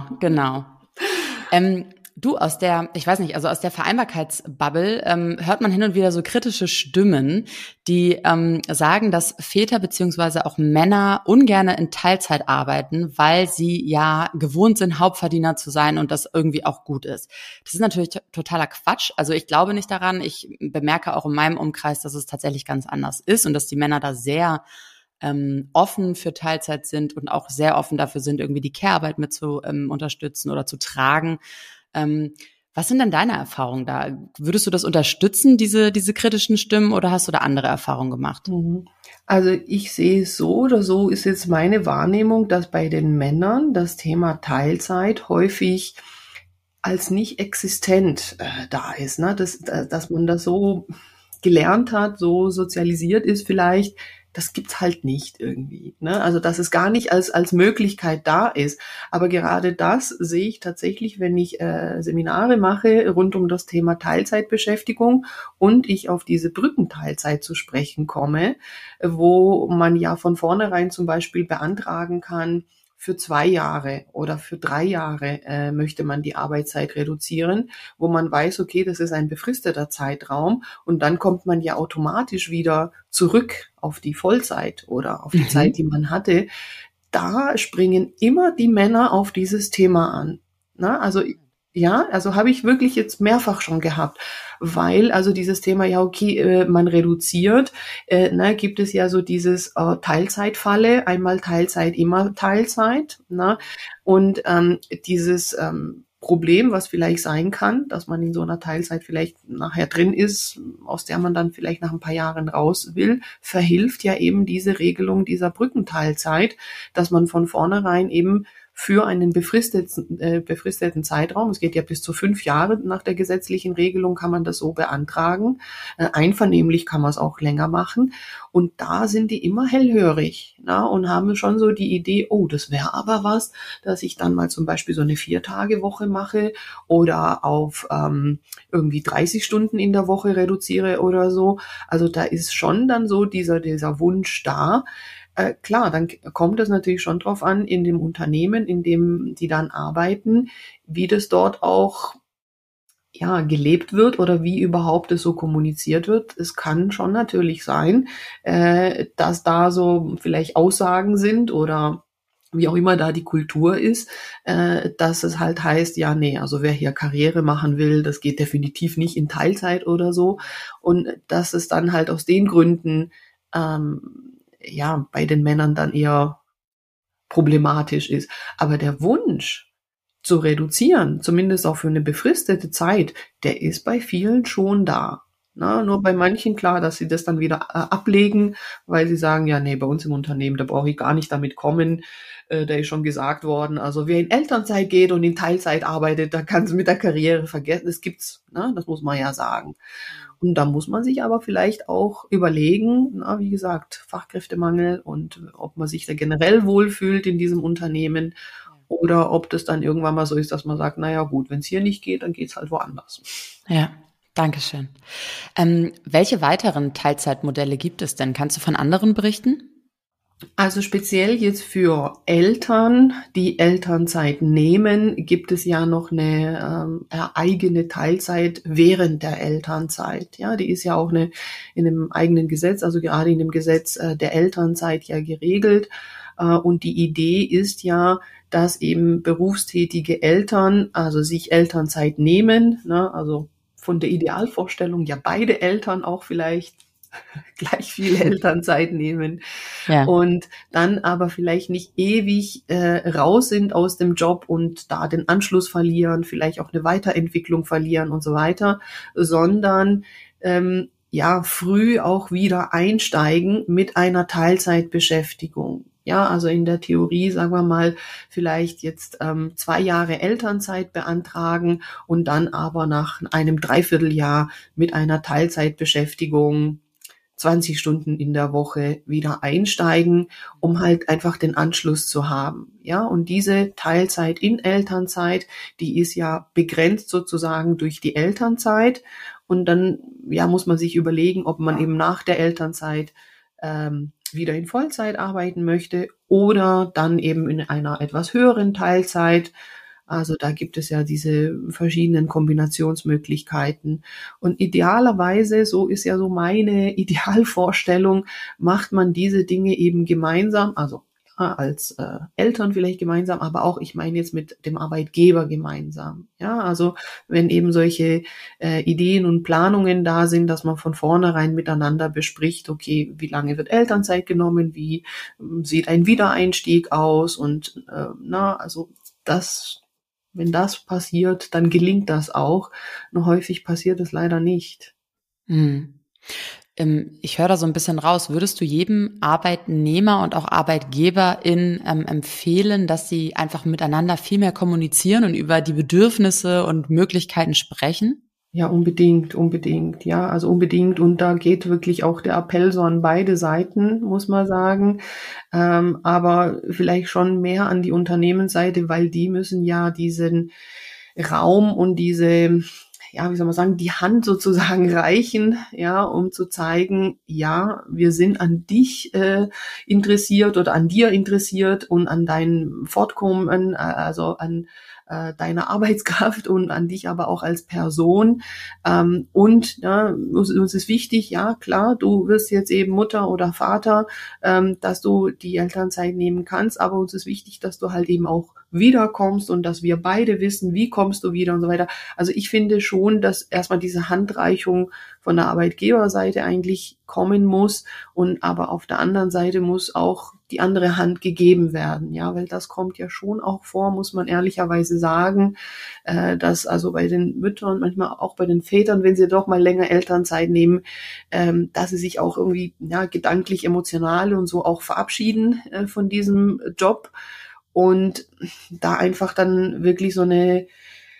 Du, aus der Vereinbarkeitsbubble hört man hin und wieder so kritische Stimmen, die sagen, dass Väter beziehungsweise auch Männer ungern in Teilzeit arbeiten, weil sie ja gewohnt sind, Hauptverdiener zu sein und das irgendwie auch gut ist. Das ist natürlich totaler Quatsch. Also ich glaube nicht daran. Ich bemerke auch in meinem Umkreis, dass es tatsächlich ganz anders ist und dass die Männer da sehr offen für Teilzeit sind und auch sehr offen dafür sind, irgendwie die Care-Arbeit mit zu unterstützen oder zu tragen. Was sind denn deine Erfahrungen da? Würdest du das unterstützen, diese kritischen Stimmen, oder hast du da andere Erfahrungen gemacht? Also ich sehe es so oder so, ist jetzt meine Wahrnehmung, dass bei den Männern das Thema Teilzeit häufig als nicht existent da ist, ne? Dass man das so gelernt hat, so sozialisiert ist vielleicht, das gibt's halt nicht irgendwie, ne? Also dass es gar nicht als Möglichkeit da ist. Aber gerade das sehe ich tatsächlich, wenn ich Seminare mache rund um das Thema Teilzeitbeschäftigung und ich auf diese Brückenteilzeit zu sprechen komme, wo man ja von vornherein zum Beispiel beantragen kann, für 2 Jahre oder für 3 Jahre möchte man die Arbeitszeit reduzieren, wo man weiß, okay, das ist ein befristeter Zeitraum und dann kommt man ja automatisch wieder zurück auf die Vollzeit oder auf die Zeit, die man hatte. Da springen immer die Männer auf dieses Thema an. Na, also ja, also habe ich wirklich jetzt mehrfach schon gehabt, weil also dieses Thema, ja okay, man reduziert, gibt es ja so dieses Teilzeitfalle, einmal Teilzeit, immer Teilzeit, ne? Und dieses Problem, was vielleicht sein kann, dass man in so einer Teilzeit vielleicht nachher drin ist, aus der man dann vielleicht nach ein paar Jahren raus will, verhilft ja eben diese Regelung dieser Brückenteilzeit, dass man von vornherein eben für einen befristeten Zeitraum, es geht ja bis zu 5 Jahre nach der gesetzlichen Regelung, kann man das so beantragen. Einvernehmlich kann man es auch länger machen. Und da sind die immer hellhörig, na, und haben schon so die Idee, oh, das wäre aber was, dass ich dann mal zum Beispiel so eine 4-Tage-Woche mache oder auf irgendwie 30 Stunden in der Woche reduziere oder so. Also da ist schon dann so dieser Wunsch da. Klar, dann kommt es natürlich schon drauf an, in dem Unternehmen, in dem die dann arbeiten, wie das dort auch ja gelebt wird oder wie überhaupt es so kommuniziert wird. Es kann schon natürlich sein, dass da so vielleicht Aussagen sind oder wie auch immer da die Kultur ist, dass es halt heißt, ja, nee, also wer hier Karriere machen will, das geht definitiv nicht in Teilzeit oder so. Und dass es dann halt aus den Gründen ja, bei den Männern dann eher problematisch ist. Aber der Wunsch zu reduzieren, zumindest auch für eine befristete Zeit, der ist bei vielen schon da. Na, nur bei manchen klar, dass sie das dann wieder ablegen, weil sie sagen, ja, nee, bei uns im Unternehmen, da brauche ich gar nicht damit kommen, da ist schon gesagt worden, also wer in Elternzeit geht und in Teilzeit arbeitet, da kann es mit der Karriere vergessen, das gibt's, ne? Das muss man ja sagen. Und da muss man sich aber vielleicht auch überlegen, na, wie gesagt, Fachkräftemangel und ob man sich da generell wohlfühlt in diesem Unternehmen oder ob das dann irgendwann mal so ist, dass man sagt, naja gut, wenn es hier nicht geht, dann geht's halt woanders. Ja, danke schön. Welche weiteren Teilzeitmodelle gibt es denn? Kannst du von anderen berichten? Also speziell jetzt für Eltern, die Elternzeit nehmen, gibt es ja noch eine eigene Teilzeit während der Elternzeit. Ja, die ist ja auch in einem eigenen Gesetz, also gerade in dem Gesetz der Elternzeit ja geregelt. Und die Idee ist ja, dass eben berufstätige Eltern, also sich Elternzeit nehmen, ne, also von der Idealvorstellung ja beide Eltern auch vielleicht gleich viel Elternzeit nehmen, ja, und dann aber vielleicht nicht ewig raus sind aus dem Job und da den Anschluss verlieren, vielleicht auch eine Weiterentwicklung verlieren und so weiter, sondern ja früh auch wieder einsteigen mit einer Teilzeitbeschäftigung. Ja, also in der Theorie, sagen wir mal, vielleicht jetzt 2 Jahre Elternzeit beantragen und dann aber nach einem Dreivierteljahr mit einer Teilzeitbeschäftigung 20 Stunden in der Woche wieder einsteigen, um halt einfach den Anschluss zu haben. Ja, und diese Teilzeit in Elternzeit, die ist ja begrenzt sozusagen durch die Elternzeit. Und dann, ja, muss man sich überlegen, ob man eben nach der Elternzeit wieder in Vollzeit arbeiten möchte oder dann eben in einer etwas höheren Teilzeit. Also da gibt es ja diese verschiedenen Kombinationsmöglichkeiten. Und idealerweise, so ist ja so meine Idealvorstellung, macht man diese Dinge eben gemeinsam, also ja, als Eltern vielleicht gemeinsam, aber auch, ich meine jetzt mit dem Arbeitgeber gemeinsam. Ja, also wenn eben solche Ideen und Planungen da sind, dass man von vornherein miteinander bespricht, okay, wie lange wird Elternzeit genommen, wie sieht ein Wiedereinstieg aus und also das wenn das passiert, dann gelingt das auch. Nur häufig passiert es leider nicht. Hm. Ich höre da so ein bisschen raus. Würdest du jedem Arbeitnehmer und auch Arbeitgeberin empfehlen, dass sie einfach miteinander viel mehr kommunizieren und über die Bedürfnisse und Möglichkeiten sprechen? Ja, unbedingt. Ja, also unbedingt. Und da geht wirklich auch der Appell so an beide Seiten, muss man sagen. Aber vielleicht schon mehr an die Unternehmensseite, weil die müssen ja diesen Raum und diese, ja, wie soll man sagen, die Hand sozusagen reichen, ja, um zu zeigen, ja, wir sind an dich interessiert oder an dir interessiert und an deinem Fortkommen, also an deiner Arbeitskraft und an dich aber auch als Person. Und ja, uns ist wichtig, ja klar, du wirst jetzt eben Mutter oder Vater, dass du die Elternzeit nehmen kannst, aber uns ist wichtig, dass du halt eben auch wiederkommst und dass wir beide wissen, wie kommst du wieder und so weiter. Also ich finde schon, dass erstmal diese Handreichung von der Arbeitgeberseite eigentlich kommen muss und aber auf der anderen Seite muss auch die andere Hand gegeben werden, ja, weil das kommt ja schon auch vor, muss man ehrlicherweise sagen, dass also bei den Müttern, manchmal auch bei den Vätern, wenn sie doch mal länger Elternzeit nehmen, dass sie sich auch irgendwie ja gedanklich, emotional und so auch verabschieden von diesem Job und da einfach dann wirklich so eine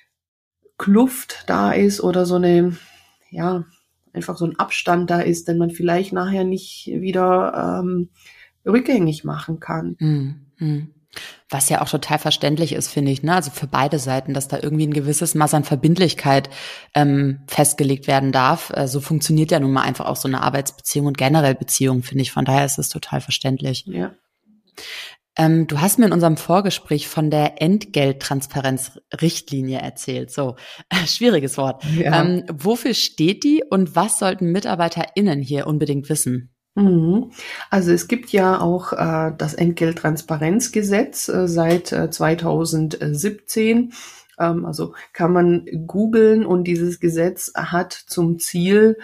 Kluft da ist oder so eine, ja, einfach so ein Abstand da ist, den man vielleicht nachher nicht wieder rückgängig machen kann. Was ja auch total verständlich ist, finde ich, ne? Also für beide Seiten, dass da irgendwie ein gewisses Maß an Verbindlichkeit festgelegt werden darf. So funktioniert ja nun mal einfach auch so eine Arbeitsbeziehung und generell Beziehung, finde ich. Von daher ist es total verständlich. Ja. Du hast mir in unserem Vorgespräch von der Entgelttransparenzrichtlinie erzählt. So, schwieriges Wort. Ja. Wofür steht die und was sollten MitarbeiterInnen hier unbedingt wissen? Also es gibt ja auch das Entgelttransparenzgesetz seit 2017. Also kann man googeln und dieses Gesetz hat zum Ziel,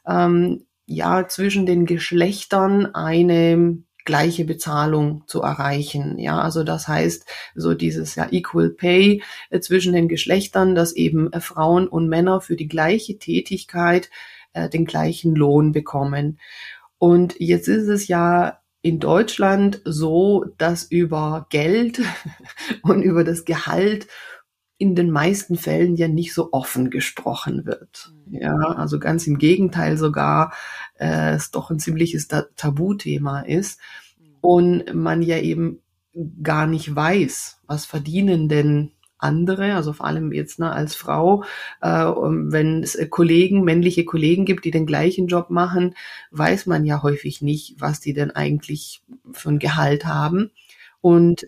ja, zwischen den Geschlechtern eine gleiche Bezahlung zu erreichen. Ja, also das heißt, so dieses ja Equal Pay zwischen den Geschlechtern, dass eben Frauen und Männer für die gleiche Tätigkeit den gleichen Lohn bekommen. Und jetzt ist es ja in Deutschland so, dass über Geld und über das Gehalt in den meisten Fällen ja nicht so offen gesprochen wird. Ja, also ganz im Gegenteil sogar, es doch ein ziemliches Tabuthema ist und man ja eben gar nicht weiß, was verdienen denn andere, also vor allem jetzt als Frau, wenn es männliche Kollegen gibt, die den gleichen Job machen, weiß man ja häufig nicht, was die denn eigentlich für ein Gehalt haben. Und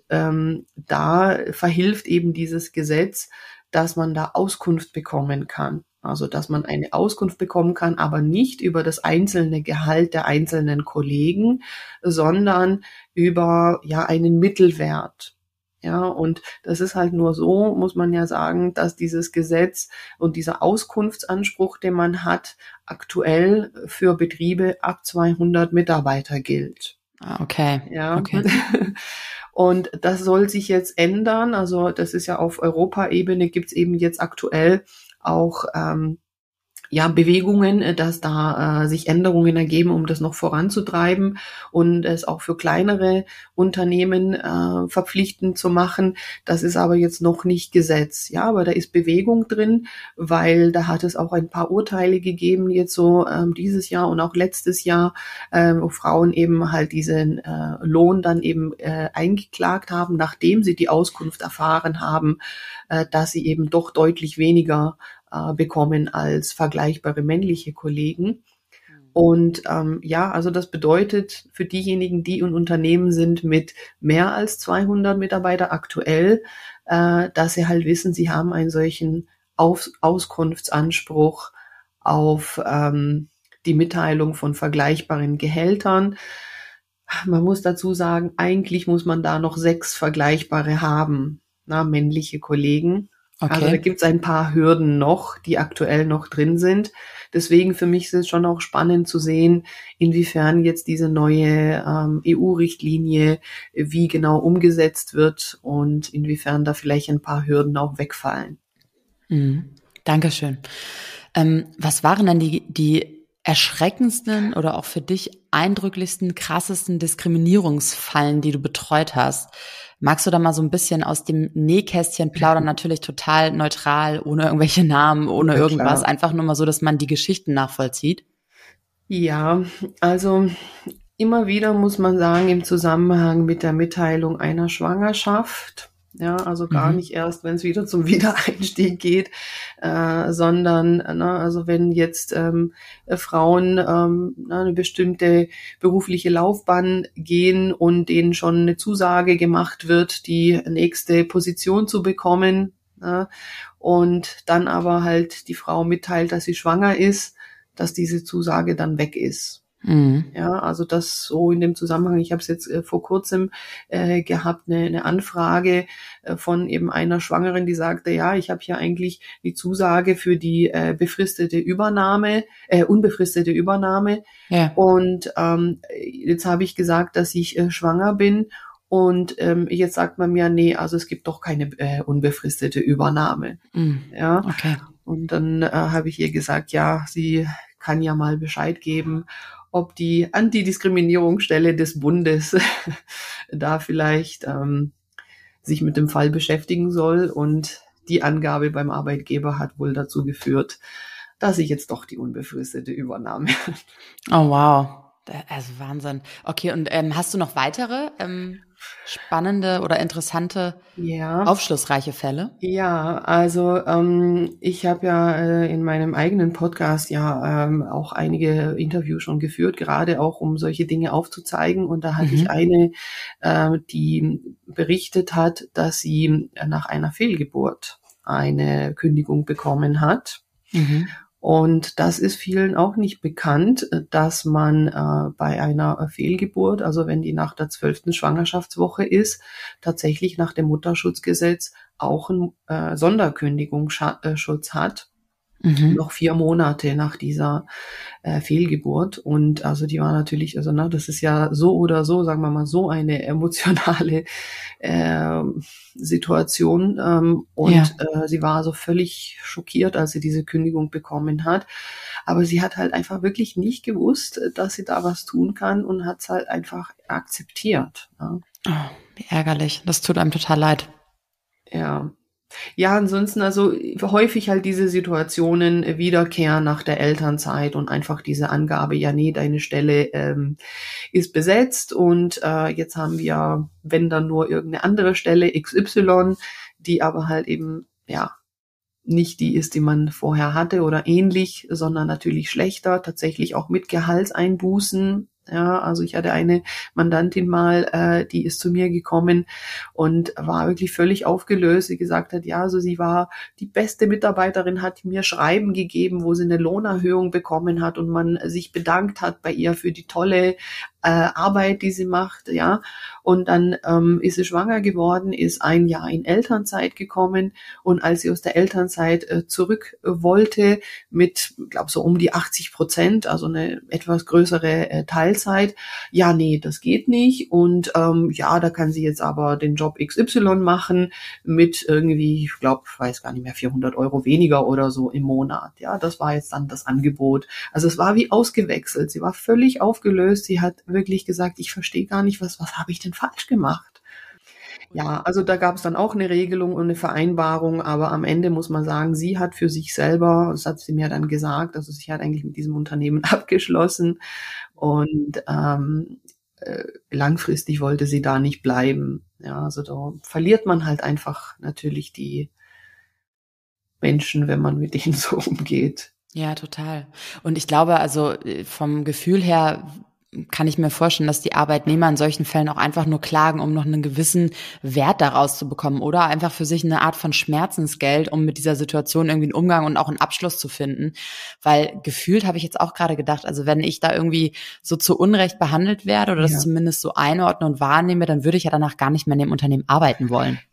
da verhilft eben dieses Gesetz, dass man da Auskunft bekommen kann. Also dass man eine Auskunft bekommen kann, aber nicht über das einzelne Gehalt der einzelnen Kollegen, sondern über ja einen Mittelwert. Ja, und das ist halt nur so, muss man ja sagen, dass dieses Gesetz und dieser Auskunftsanspruch, den man hat, aktuell für Betriebe ab 200 Mitarbeiter gilt. Okay. Ja. Okay. Und das soll sich jetzt ändern. Also das ist ja auf Europaebene gibt's eben jetzt aktuell auch ja, Bewegungen, dass da sich Änderungen ergeben, um das noch voranzutreiben und es auch für kleinere Unternehmen verpflichtend zu machen. Das ist aber jetzt noch nicht Gesetz. Ja, aber da ist Bewegung drin, weil da hat es auch ein paar Urteile gegeben, jetzt so dieses Jahr und auch letztes Jahr, wo Frauen eben halt diesen Lohn dann eben eingeklagt haben, nachdem sie die Auskunft erfahren haben, dass sie eben doch deutlich weniger bekommen als vergleichbare männliche Kollegen. Und ja, also das bedeutet für diejenigen, die in Unternehmen sind mit mehr als 200 Mitarbeiter aktuell, dass sie halt wissen, sie haben einen solchen Auskunftsanspruch auf die Mitteilung von vergleichbaren Gehältern. Man muss dazu sagen, eigentlich muss man da noch 6 vergleichbare haben, männliche Kollegen. Also da gibt's ein paar Hürden noch, die aktuell noch drin sind. Deswegen für mich ist es schon auch spannend zu sehen, inwiefern jetzt diese neue EU-Richtlinie wie genau umgesetzt wird und inwiefern da vielleicht ein paar Hürden auch wegfallen. Dankeschön. Was waren denn die erschreckendsten oder auch für dich eindrücklichsten, krassesten Diskriminierungsfallen, die du betreut hast? Magst du da mal so ein bisschen aus dem Nähkästchen plaudern? Natürlich total neutral, ohne irgendwelche Namen, ohne irgendwas. Klar. Einfach nur mal so, dass man die Geschichten nachvollzieht. Ja, also immer wieder muss man sagen, im Zusammenhang mit der Mitteilung einer Schwangerschaft, ja, also gar nicht erst, wenn es wieder zum Wiedereinstieg geht, sondern, also wenn jetzt Frauen eine bestimmte berufliche Laufbahn gehen und denen schon eine Zusage gemacht wird, die nächste Position zu bekommen, und dann aber halt die Frau mitteilt, dass sie schwanger ist, dass diese Zusage dann weg ist. Ja, also das so in dem Zusammenhang, ich habe es jetzt vor kurzem gehabt, eine Anfrage von eben einer Schwangeren, die sagte, ja, ich habe hier eigentlich die Zusage für die unbefristete Übernahme. Ja. Und jetzt habe ich gesagt, dass ich schwanger bin. Und jetzt sagt man mir, nee, also es gibt doch keine unbefristete Übernahme. Ja, okay. Und dann habe ich ihr gesagt, ja, sie kann ja mal Bescheid geben, ob die Antidiskriminierungsstelle des Bundes da vielleicht sich mit dem Fall beschäftigen soll. Und die Angabe beim Arbeitgeber hat wohl dazu geführt, dass ich jetzt doch die unbefristete Übernahme. Oh, wow. Also Wahnsinn. Okay, und hast du noch weitere spannende oder interessante, aufschlussreiche Fälle? Ja, also ich habe ja in meinem eigenen Podcast auch einige Interviews schon geführt, gerade auch um solche Dinge aufzuzeigen. Und da hatte ich eine, die berichtet hat, dass sie nach einer Fehlgeburt eine Kündigung bekommen hat. Und das ist vielen auch nicht bekannt, dass man bei einer Fehlgeburt, also wenn die nach der 12. Schwangerschaftswoche ist, tatsächlich nach dem Mutterschutzgesetz auch einen Sonderkündigungsschutz hat. Noch 4 Monate nach dieser Fehlgeburt. Und also die war natürlich, also das ist ja so oder so, sagen wir mal, so eine emotionale Situation. Sie war also völlig schockiert, als sie diese Kündigung bekommen hat. Aber sie hat halt einfach wirklich nicht gewusst, dass sie da was tun kann und hat es halt einfach akzeptiert. Ja. Oh, wie ärgerlich. Das tut einem total leid. Ja, ansonsten also häufig halt diese Situationen wiederkehren nach der Elternzeit und einfach diese Angabe, ja nee, deine Stelle ist besetzt und jetzt haben wir, wenn dann nur irgendeine andere Stelle XY, die aber halt eben, nicht die ist, die man vorher hatte oder ähnlich, sondern natürlich schlechter, tatsächlich auch mit Gehaltseinbußen. Ja, also ich hatte eine Mandantin mal, die ist zu mir gekommen und war wirklich völlig aufgelöst. Sie gesagt hat, ja, also sie war die beste Mitarbeiterin, hat mir Schreiben gegeben, wo sie eine Lohnerhöhung bekommen hat und man sich bedankt hat bei ihr für die tolle Arbeit, die sie macht, ja. Und dann ist sie schwanger geworden, ist 1 Jahr in Elternzeit gekommen und als sie aus der Elternzeit zurück wollte mit, glaube so um die 80%, also eine etwas größere Teilzeit, ja, nee, das geht nicht und da kann sie jetzt aber den Job XY machen mit irgendwie, ich glaube, weiß gar nicht mehr, 400 € weniger oder so im Monat, ja, das war jetzt dann das Angebot. Also es war wie ausgewechselt, sie war völlig aufgelöst, sie hat wirklich gesagt, ich verstehe gar nicht, was habe ich denn falsch gemacht? Ja, also da gab es dann auch eine Regelung und eine Vereinbarung, aber am Ende muss man sagen, sie hat für sich selber, das hat sie mir dann gesagt, also sie hat eigentlich mit diesem Unternehmen abgeschlossen und langfristig wollte sie da nicht bleiben. Ja, also da verliert man halt einfach natürlich die Menschen, wenn man mit denen so umgeht. Ja, total. Und ich glaube, also vom Gefühl her kann ich mir vorstellen, dass die Arbeitnehmer in solchen Fällen auch einfach nur klagen, um noch einen gewissen Wert daraus zu bekommen oder einfach für sich eine Art von Schmerzensgeld, um mit dieser Situation irgendwie einen Umgang und auch einen Abschluss zu finden. Weil gefühlt habe ich jetzt auch gerade gedacht, also wenn ich da irgendwie so zu Unrecht behandelt werde oder das zumindest so einordne und wahrnehme, dann würde ich ja danach gar nicht mehr in dem Unternehmen arbeiten wollen.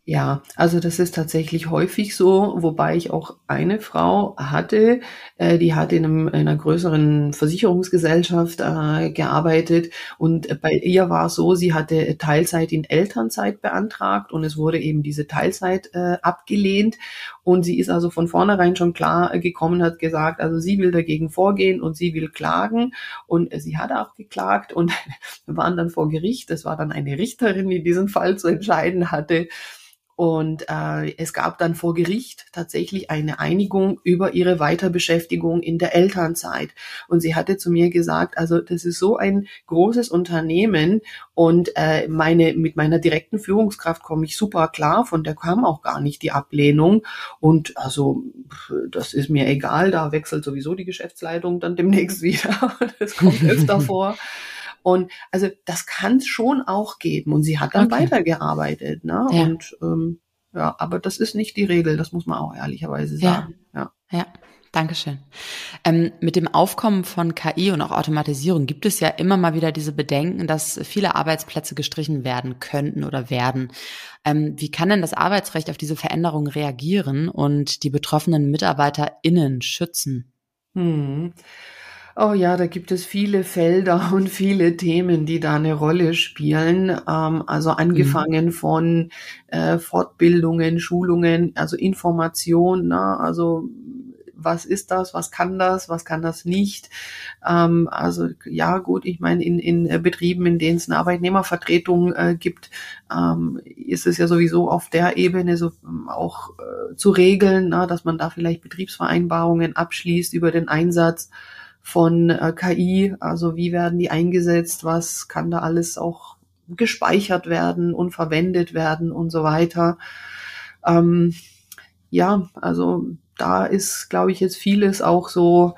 Ja, also das ist tatsächlich häufig so, wobei ich auch eine Frau hatte, die hat in einer größeren Versicherungsgesellschaft gearbeitet und bei ihr war es so, sie hatte Teilzeit in Elternzeit beantragt und es wurde eben diese Teilzeit abgelehnt und sie ist also von vornherein schon klar gekommen, hat gesagt, also sie will dagegen vorgehen und sie will klagen und sie hat auch geklagt und wir waren dann vor Gericht. Es war dann eine Richterin, die diesen Fall zu entscheiden hatte. Und es gab dann vor Gericht tatsächlich eine Einigung über ihre Weiterbeschäftigung in der Elternzeit. Und sie hatte zu mir gesagt, also das ist so ein großes Unternehmen und mit meiner direkten Führungskraft komme ich super klar, von der kam auch gar nicht die Ablehnung. Und also das ist mir egal, da wechselt sowieso die Geschäftsleitung dann demnächst wieder. Das kommt öfter vor. Und also das kann es schon auch geben. Und sie hat dann weitergearbeitet, ne? Ja. Und ja, aber das ist nicht die Regel, das muss man auch ehrlicherweise sagen. Ja. Dankeschön. Mit dem Aufkommen von KI und auch Automatisierung gibt es ja immer mal wieder diese Bedenken, dass viele Arbeitsplätze gestrichen werden könnten oder werden. Wie kann denn das Arbeitsrecht auf diese Veränderung reagieren und die betroffenen MitarbeiterInnen schützen? Oh ja, da gibt es viele Felder und viele Themen, die da eine Rolle spielen. Also angefangen von Fortbildungen, Schulungen, also Information, ne? Also was ist das, was kann das nicht? Also ja gut, ich meine, in Betrieben, in denen es eine Arbeitnehmervertretung gibt, ist es ja sowieso auf der Ebene so auch zu regeln, ne? Dass man da vielleicht Betriebsvereinbarungen abschließt über den Einsatz von KI, also wie werden die eingesetzt, was kann da alles auch gespeichert werden und verwendet werden und so weiter. Ja, also da ist, glaube ich, jetzt vieles auch so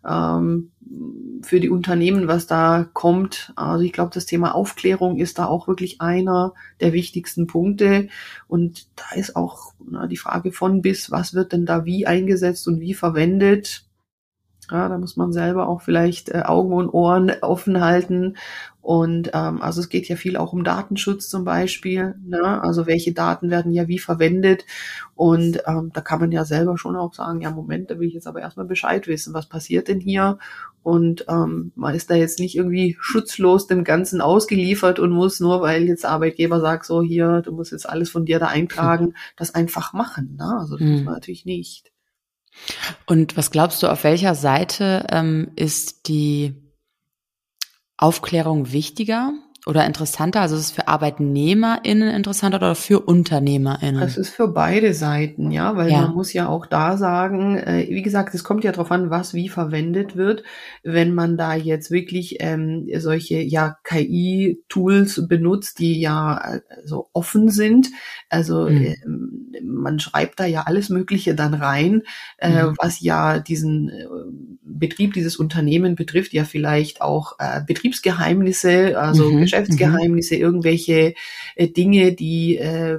für die Unternehmen, was da kommt. Also ich glaube, das Thema Aufklärung ist da auch wirklich einer der wichtigsten Punkte. Und da ist auch die Frage von bis, was wird denn da wie eingesetzt und wie verwendet. Ja, da muss man selber auch vielleicht Augen und Ohren offen halten. Und also es geht ja viel auch um Datenschutz zum Beispiel, ne? Also welche Daten werden ja wie verwendet. Und da kann man ja selber schon auch sagen, ja Moment, da will ich jetzt aber erstmal Bescheid wissen, was passiert denn hier? Und man ist da jetzt nicht irgendwie schutzlos dem Ganzen ausgeliefert und muss nur, weil jetzt der Arbeitgeber sagt, so hier, du musst jetzt alles von dir da eintragen, das einfach machen, ne? Also das muss man natürlich nicht. Und was glaubst du, auf welcher Seite ist die Aufklärung wichtiger oder interessanter? Also ist es für ArbeitnehmerInnen interessanter oder für UnternehmerInnen? Es ist für beide Seiten, ja, weil man muss ja auch da sagen, wie gesagt, es kommt ja darauf an, was wie verwendet wird. Wenn man da jetzt wirklich solche KI-Tools benutzt, die ja so offen sind, also man schreibt da ja alles Mögliche dann rein, was ja diesen Betrieb, dieses Unternehmen betrifft, ja vielleicht auch Betriebsgeheimnisse, also Geschäftsgeheimnisse, irgendwelche Dinge, die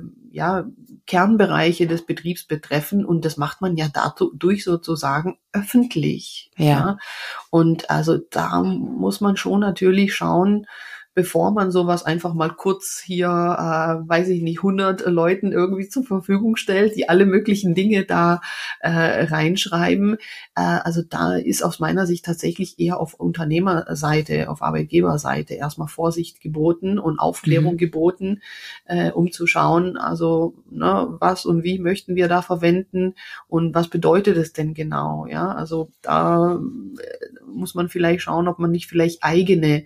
Kernbereiche des Betriebs betreffen und das macht man ja dadurch sozusagen öffentlich. Ja. Und also da muss man schon natürlich schauen, bevor man sowas einfach mal kurz hier, weiß ich nicht, 100 Leuten irgendwie zur Verfügung stellt, die alle möglichen Dinge da reinschreiben. Also da ist aus meiner Sicht tatsächlich eher auf Unternehmerseite, auf Arbeitgeberseite erstmal Vorsicht geboten und Aufklärung geboten, um zu schauen, also was und wie möchten wir da verwenden und was bedeutet es denn genau? Ja, also da muss man vielleicht schauen, ob man nicht vielleicht eigene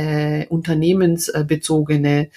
unternehmensbezogene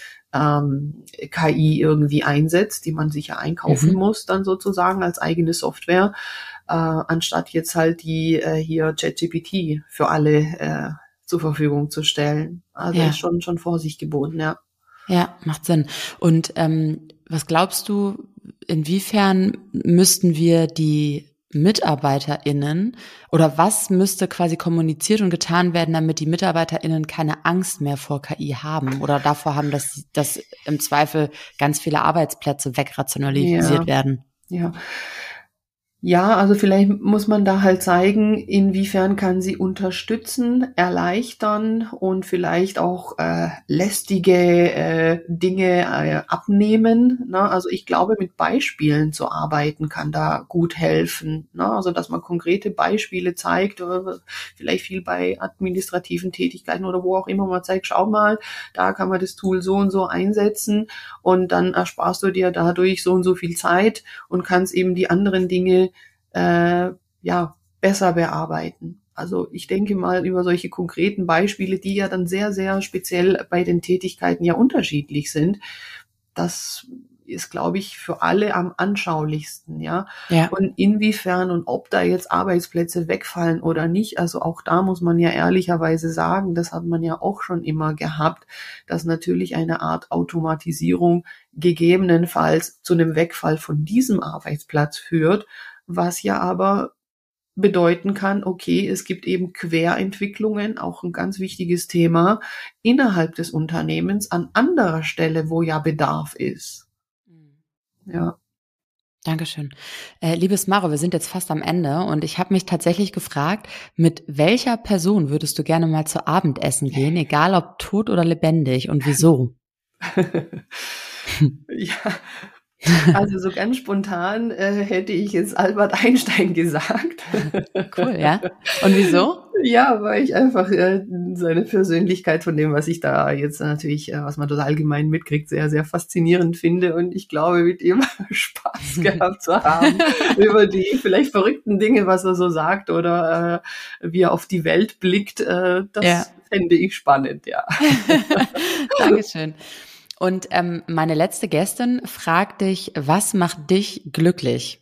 KI irgendwie einsetzt, die man sich ja einkaufen muss, dann sozusagen als eigene Software, anstatt jetzt halt die hier ChatGPT für alle zur Verfügung zu stellen. Also ist schon Vorsicht geboten, ja. Ja, macht Sinn. Und was glaubst du, inwiefern müssten wir die MitarbeiterInnen oder was müsste quasi kommuniziert und getan werden, damit die MitarbeiterInnen keine Angst mehr vor KI haben oder davor haben, dass im Zweifel ganz viele Arbeitsplätze wegrationalisiert werden? Ja. Ja, also vielleicht muss man da halt zeigen, inwiefern kann sie unterstützen, erleichtern und vielleicht auch lästige Dinge abnehmen. Ne? Also ich glaube, mit Beispielen zu arbeiten kann da gut helfen. Ne? Also dass man konkrete Beispiele zeigt, vielleicht viel bei administrativen Tätigkeiten oder wo auch immer man zeigt, schau mal, da kann man das Tool so und so einsetzen und dann ersparst du dir dadurch so und so viel Zeit und kannst eben die anderen Dinge besser bearbeiten. Also ich denke mal über solche konkreten Beispiele, die ja dann sehr, sehr speziell bei den Tätigkeiten ja unterschiedlich sind. Das ist, glaube ich, für alle am anschaulichsten, ja. Und inwiefern und ob da jetzt Arbeitsplätze wegfallen oder nicht, also auch da muss man ja ehrlicherweise sagen, das hat man ja auch schon immer gehabt, dass natürlich eine Art Automatisierung gegebenenfalls zu einem Wegfall von diesem Arbeitsplatz führt, was ja aber bedeuten kann, okay, es gibt eben Querentwicklungen, auch ein ganz wichtiges Thema, innerhalb des Unternehmens an anderer Stelle, wo ja Bedarf ist. Ja. Dankeschön. Liebes Maro, wir sind jetzt fast am Ende und ich habe mich tatsächlich gefragt, mit welcher Person würdest du gerne mal zu Abendessen gehen, egal ob tot oder lebendig und wieso? Ja. Also so ganz spontan hätte ich jetzt Albert Einstein gesagt. Cool, ja. Und wieso? Ja, weil ich einfach seine Persönlichkeit von dem, was ich da jetzt natürlich, was man total allgemein mitkriegt, sehr, sehr faszinierend finde. Und ich glaube, mit ihm Spaß gehabt zu haben über die vielleicht verrückten Dinge, was er so sagt oder wie er auf die Welt blickt. Das fände ich spannend, ja. Dankeschön. Und meine letzte Gästin fragt dich, was macht dich glücklich?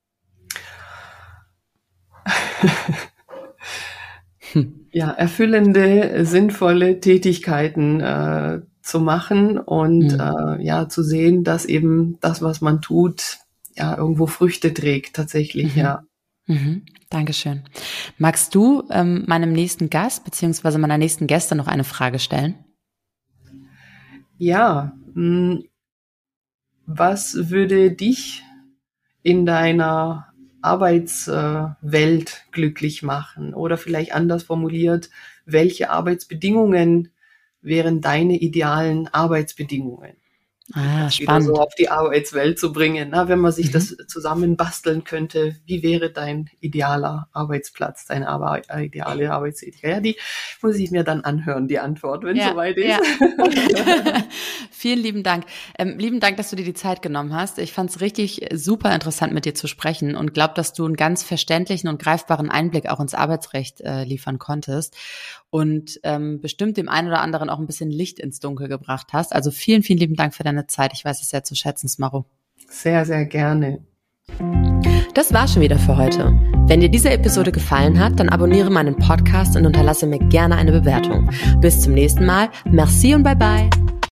Ja, erfüllende, sinnvolle Tätigkeiten zu machen und zu sehen, dass eben das, was man tut, ja irgendwo Früchte trägt, tatsächlich, ja. Dankeschön. Magst du meinem nächsten Gast beziehungsweise meiner nächsten Gästin noch eine Frage stellen? Ja, was würde dich in deiner Arbeitswelt glücklich machen? Oder vielleicht anders formuliert, welche Arbeitsbedingungen wären deine idealen Arbeitsbedingungen? Das spannend. Wieder so auf die Arbeitswelt zu bringen. Na, wenn man sich das zusammen basteln könnte, wie wäre dein idealer Arbeitsplatz, deine ideale Arbeitstätigkeit? Ja, die muss ich mir dann anhören, die Antwort, wenn es soweit ist. Ja. Vielen lieben Dank. Lieben Dank, dass du dir die Zeit genommen hast. Ich fand es richtig super interessant, mit dir zu sprechen und glaube, dass du einen ganz verständlichen und greifbaren Einblick auch ins Arbeitsrecht liefern konntest und bestimmt dem einen oder anderen auch ein bisschen Licht ins Dunkel gebracht hast. Also vielen, vielen lieben Dank für deine Zeit. Ich weiß es sehr zu schätzen, Maro. Sehr, sehr gerne. Das war schon wieder für heute. Wenn dir diese Episode gefallen hat, dann abonniere meinen Podcast und unterlasse mir gerne eine Bewertung. Bis zum nächsten Mal. Merci und bye bye.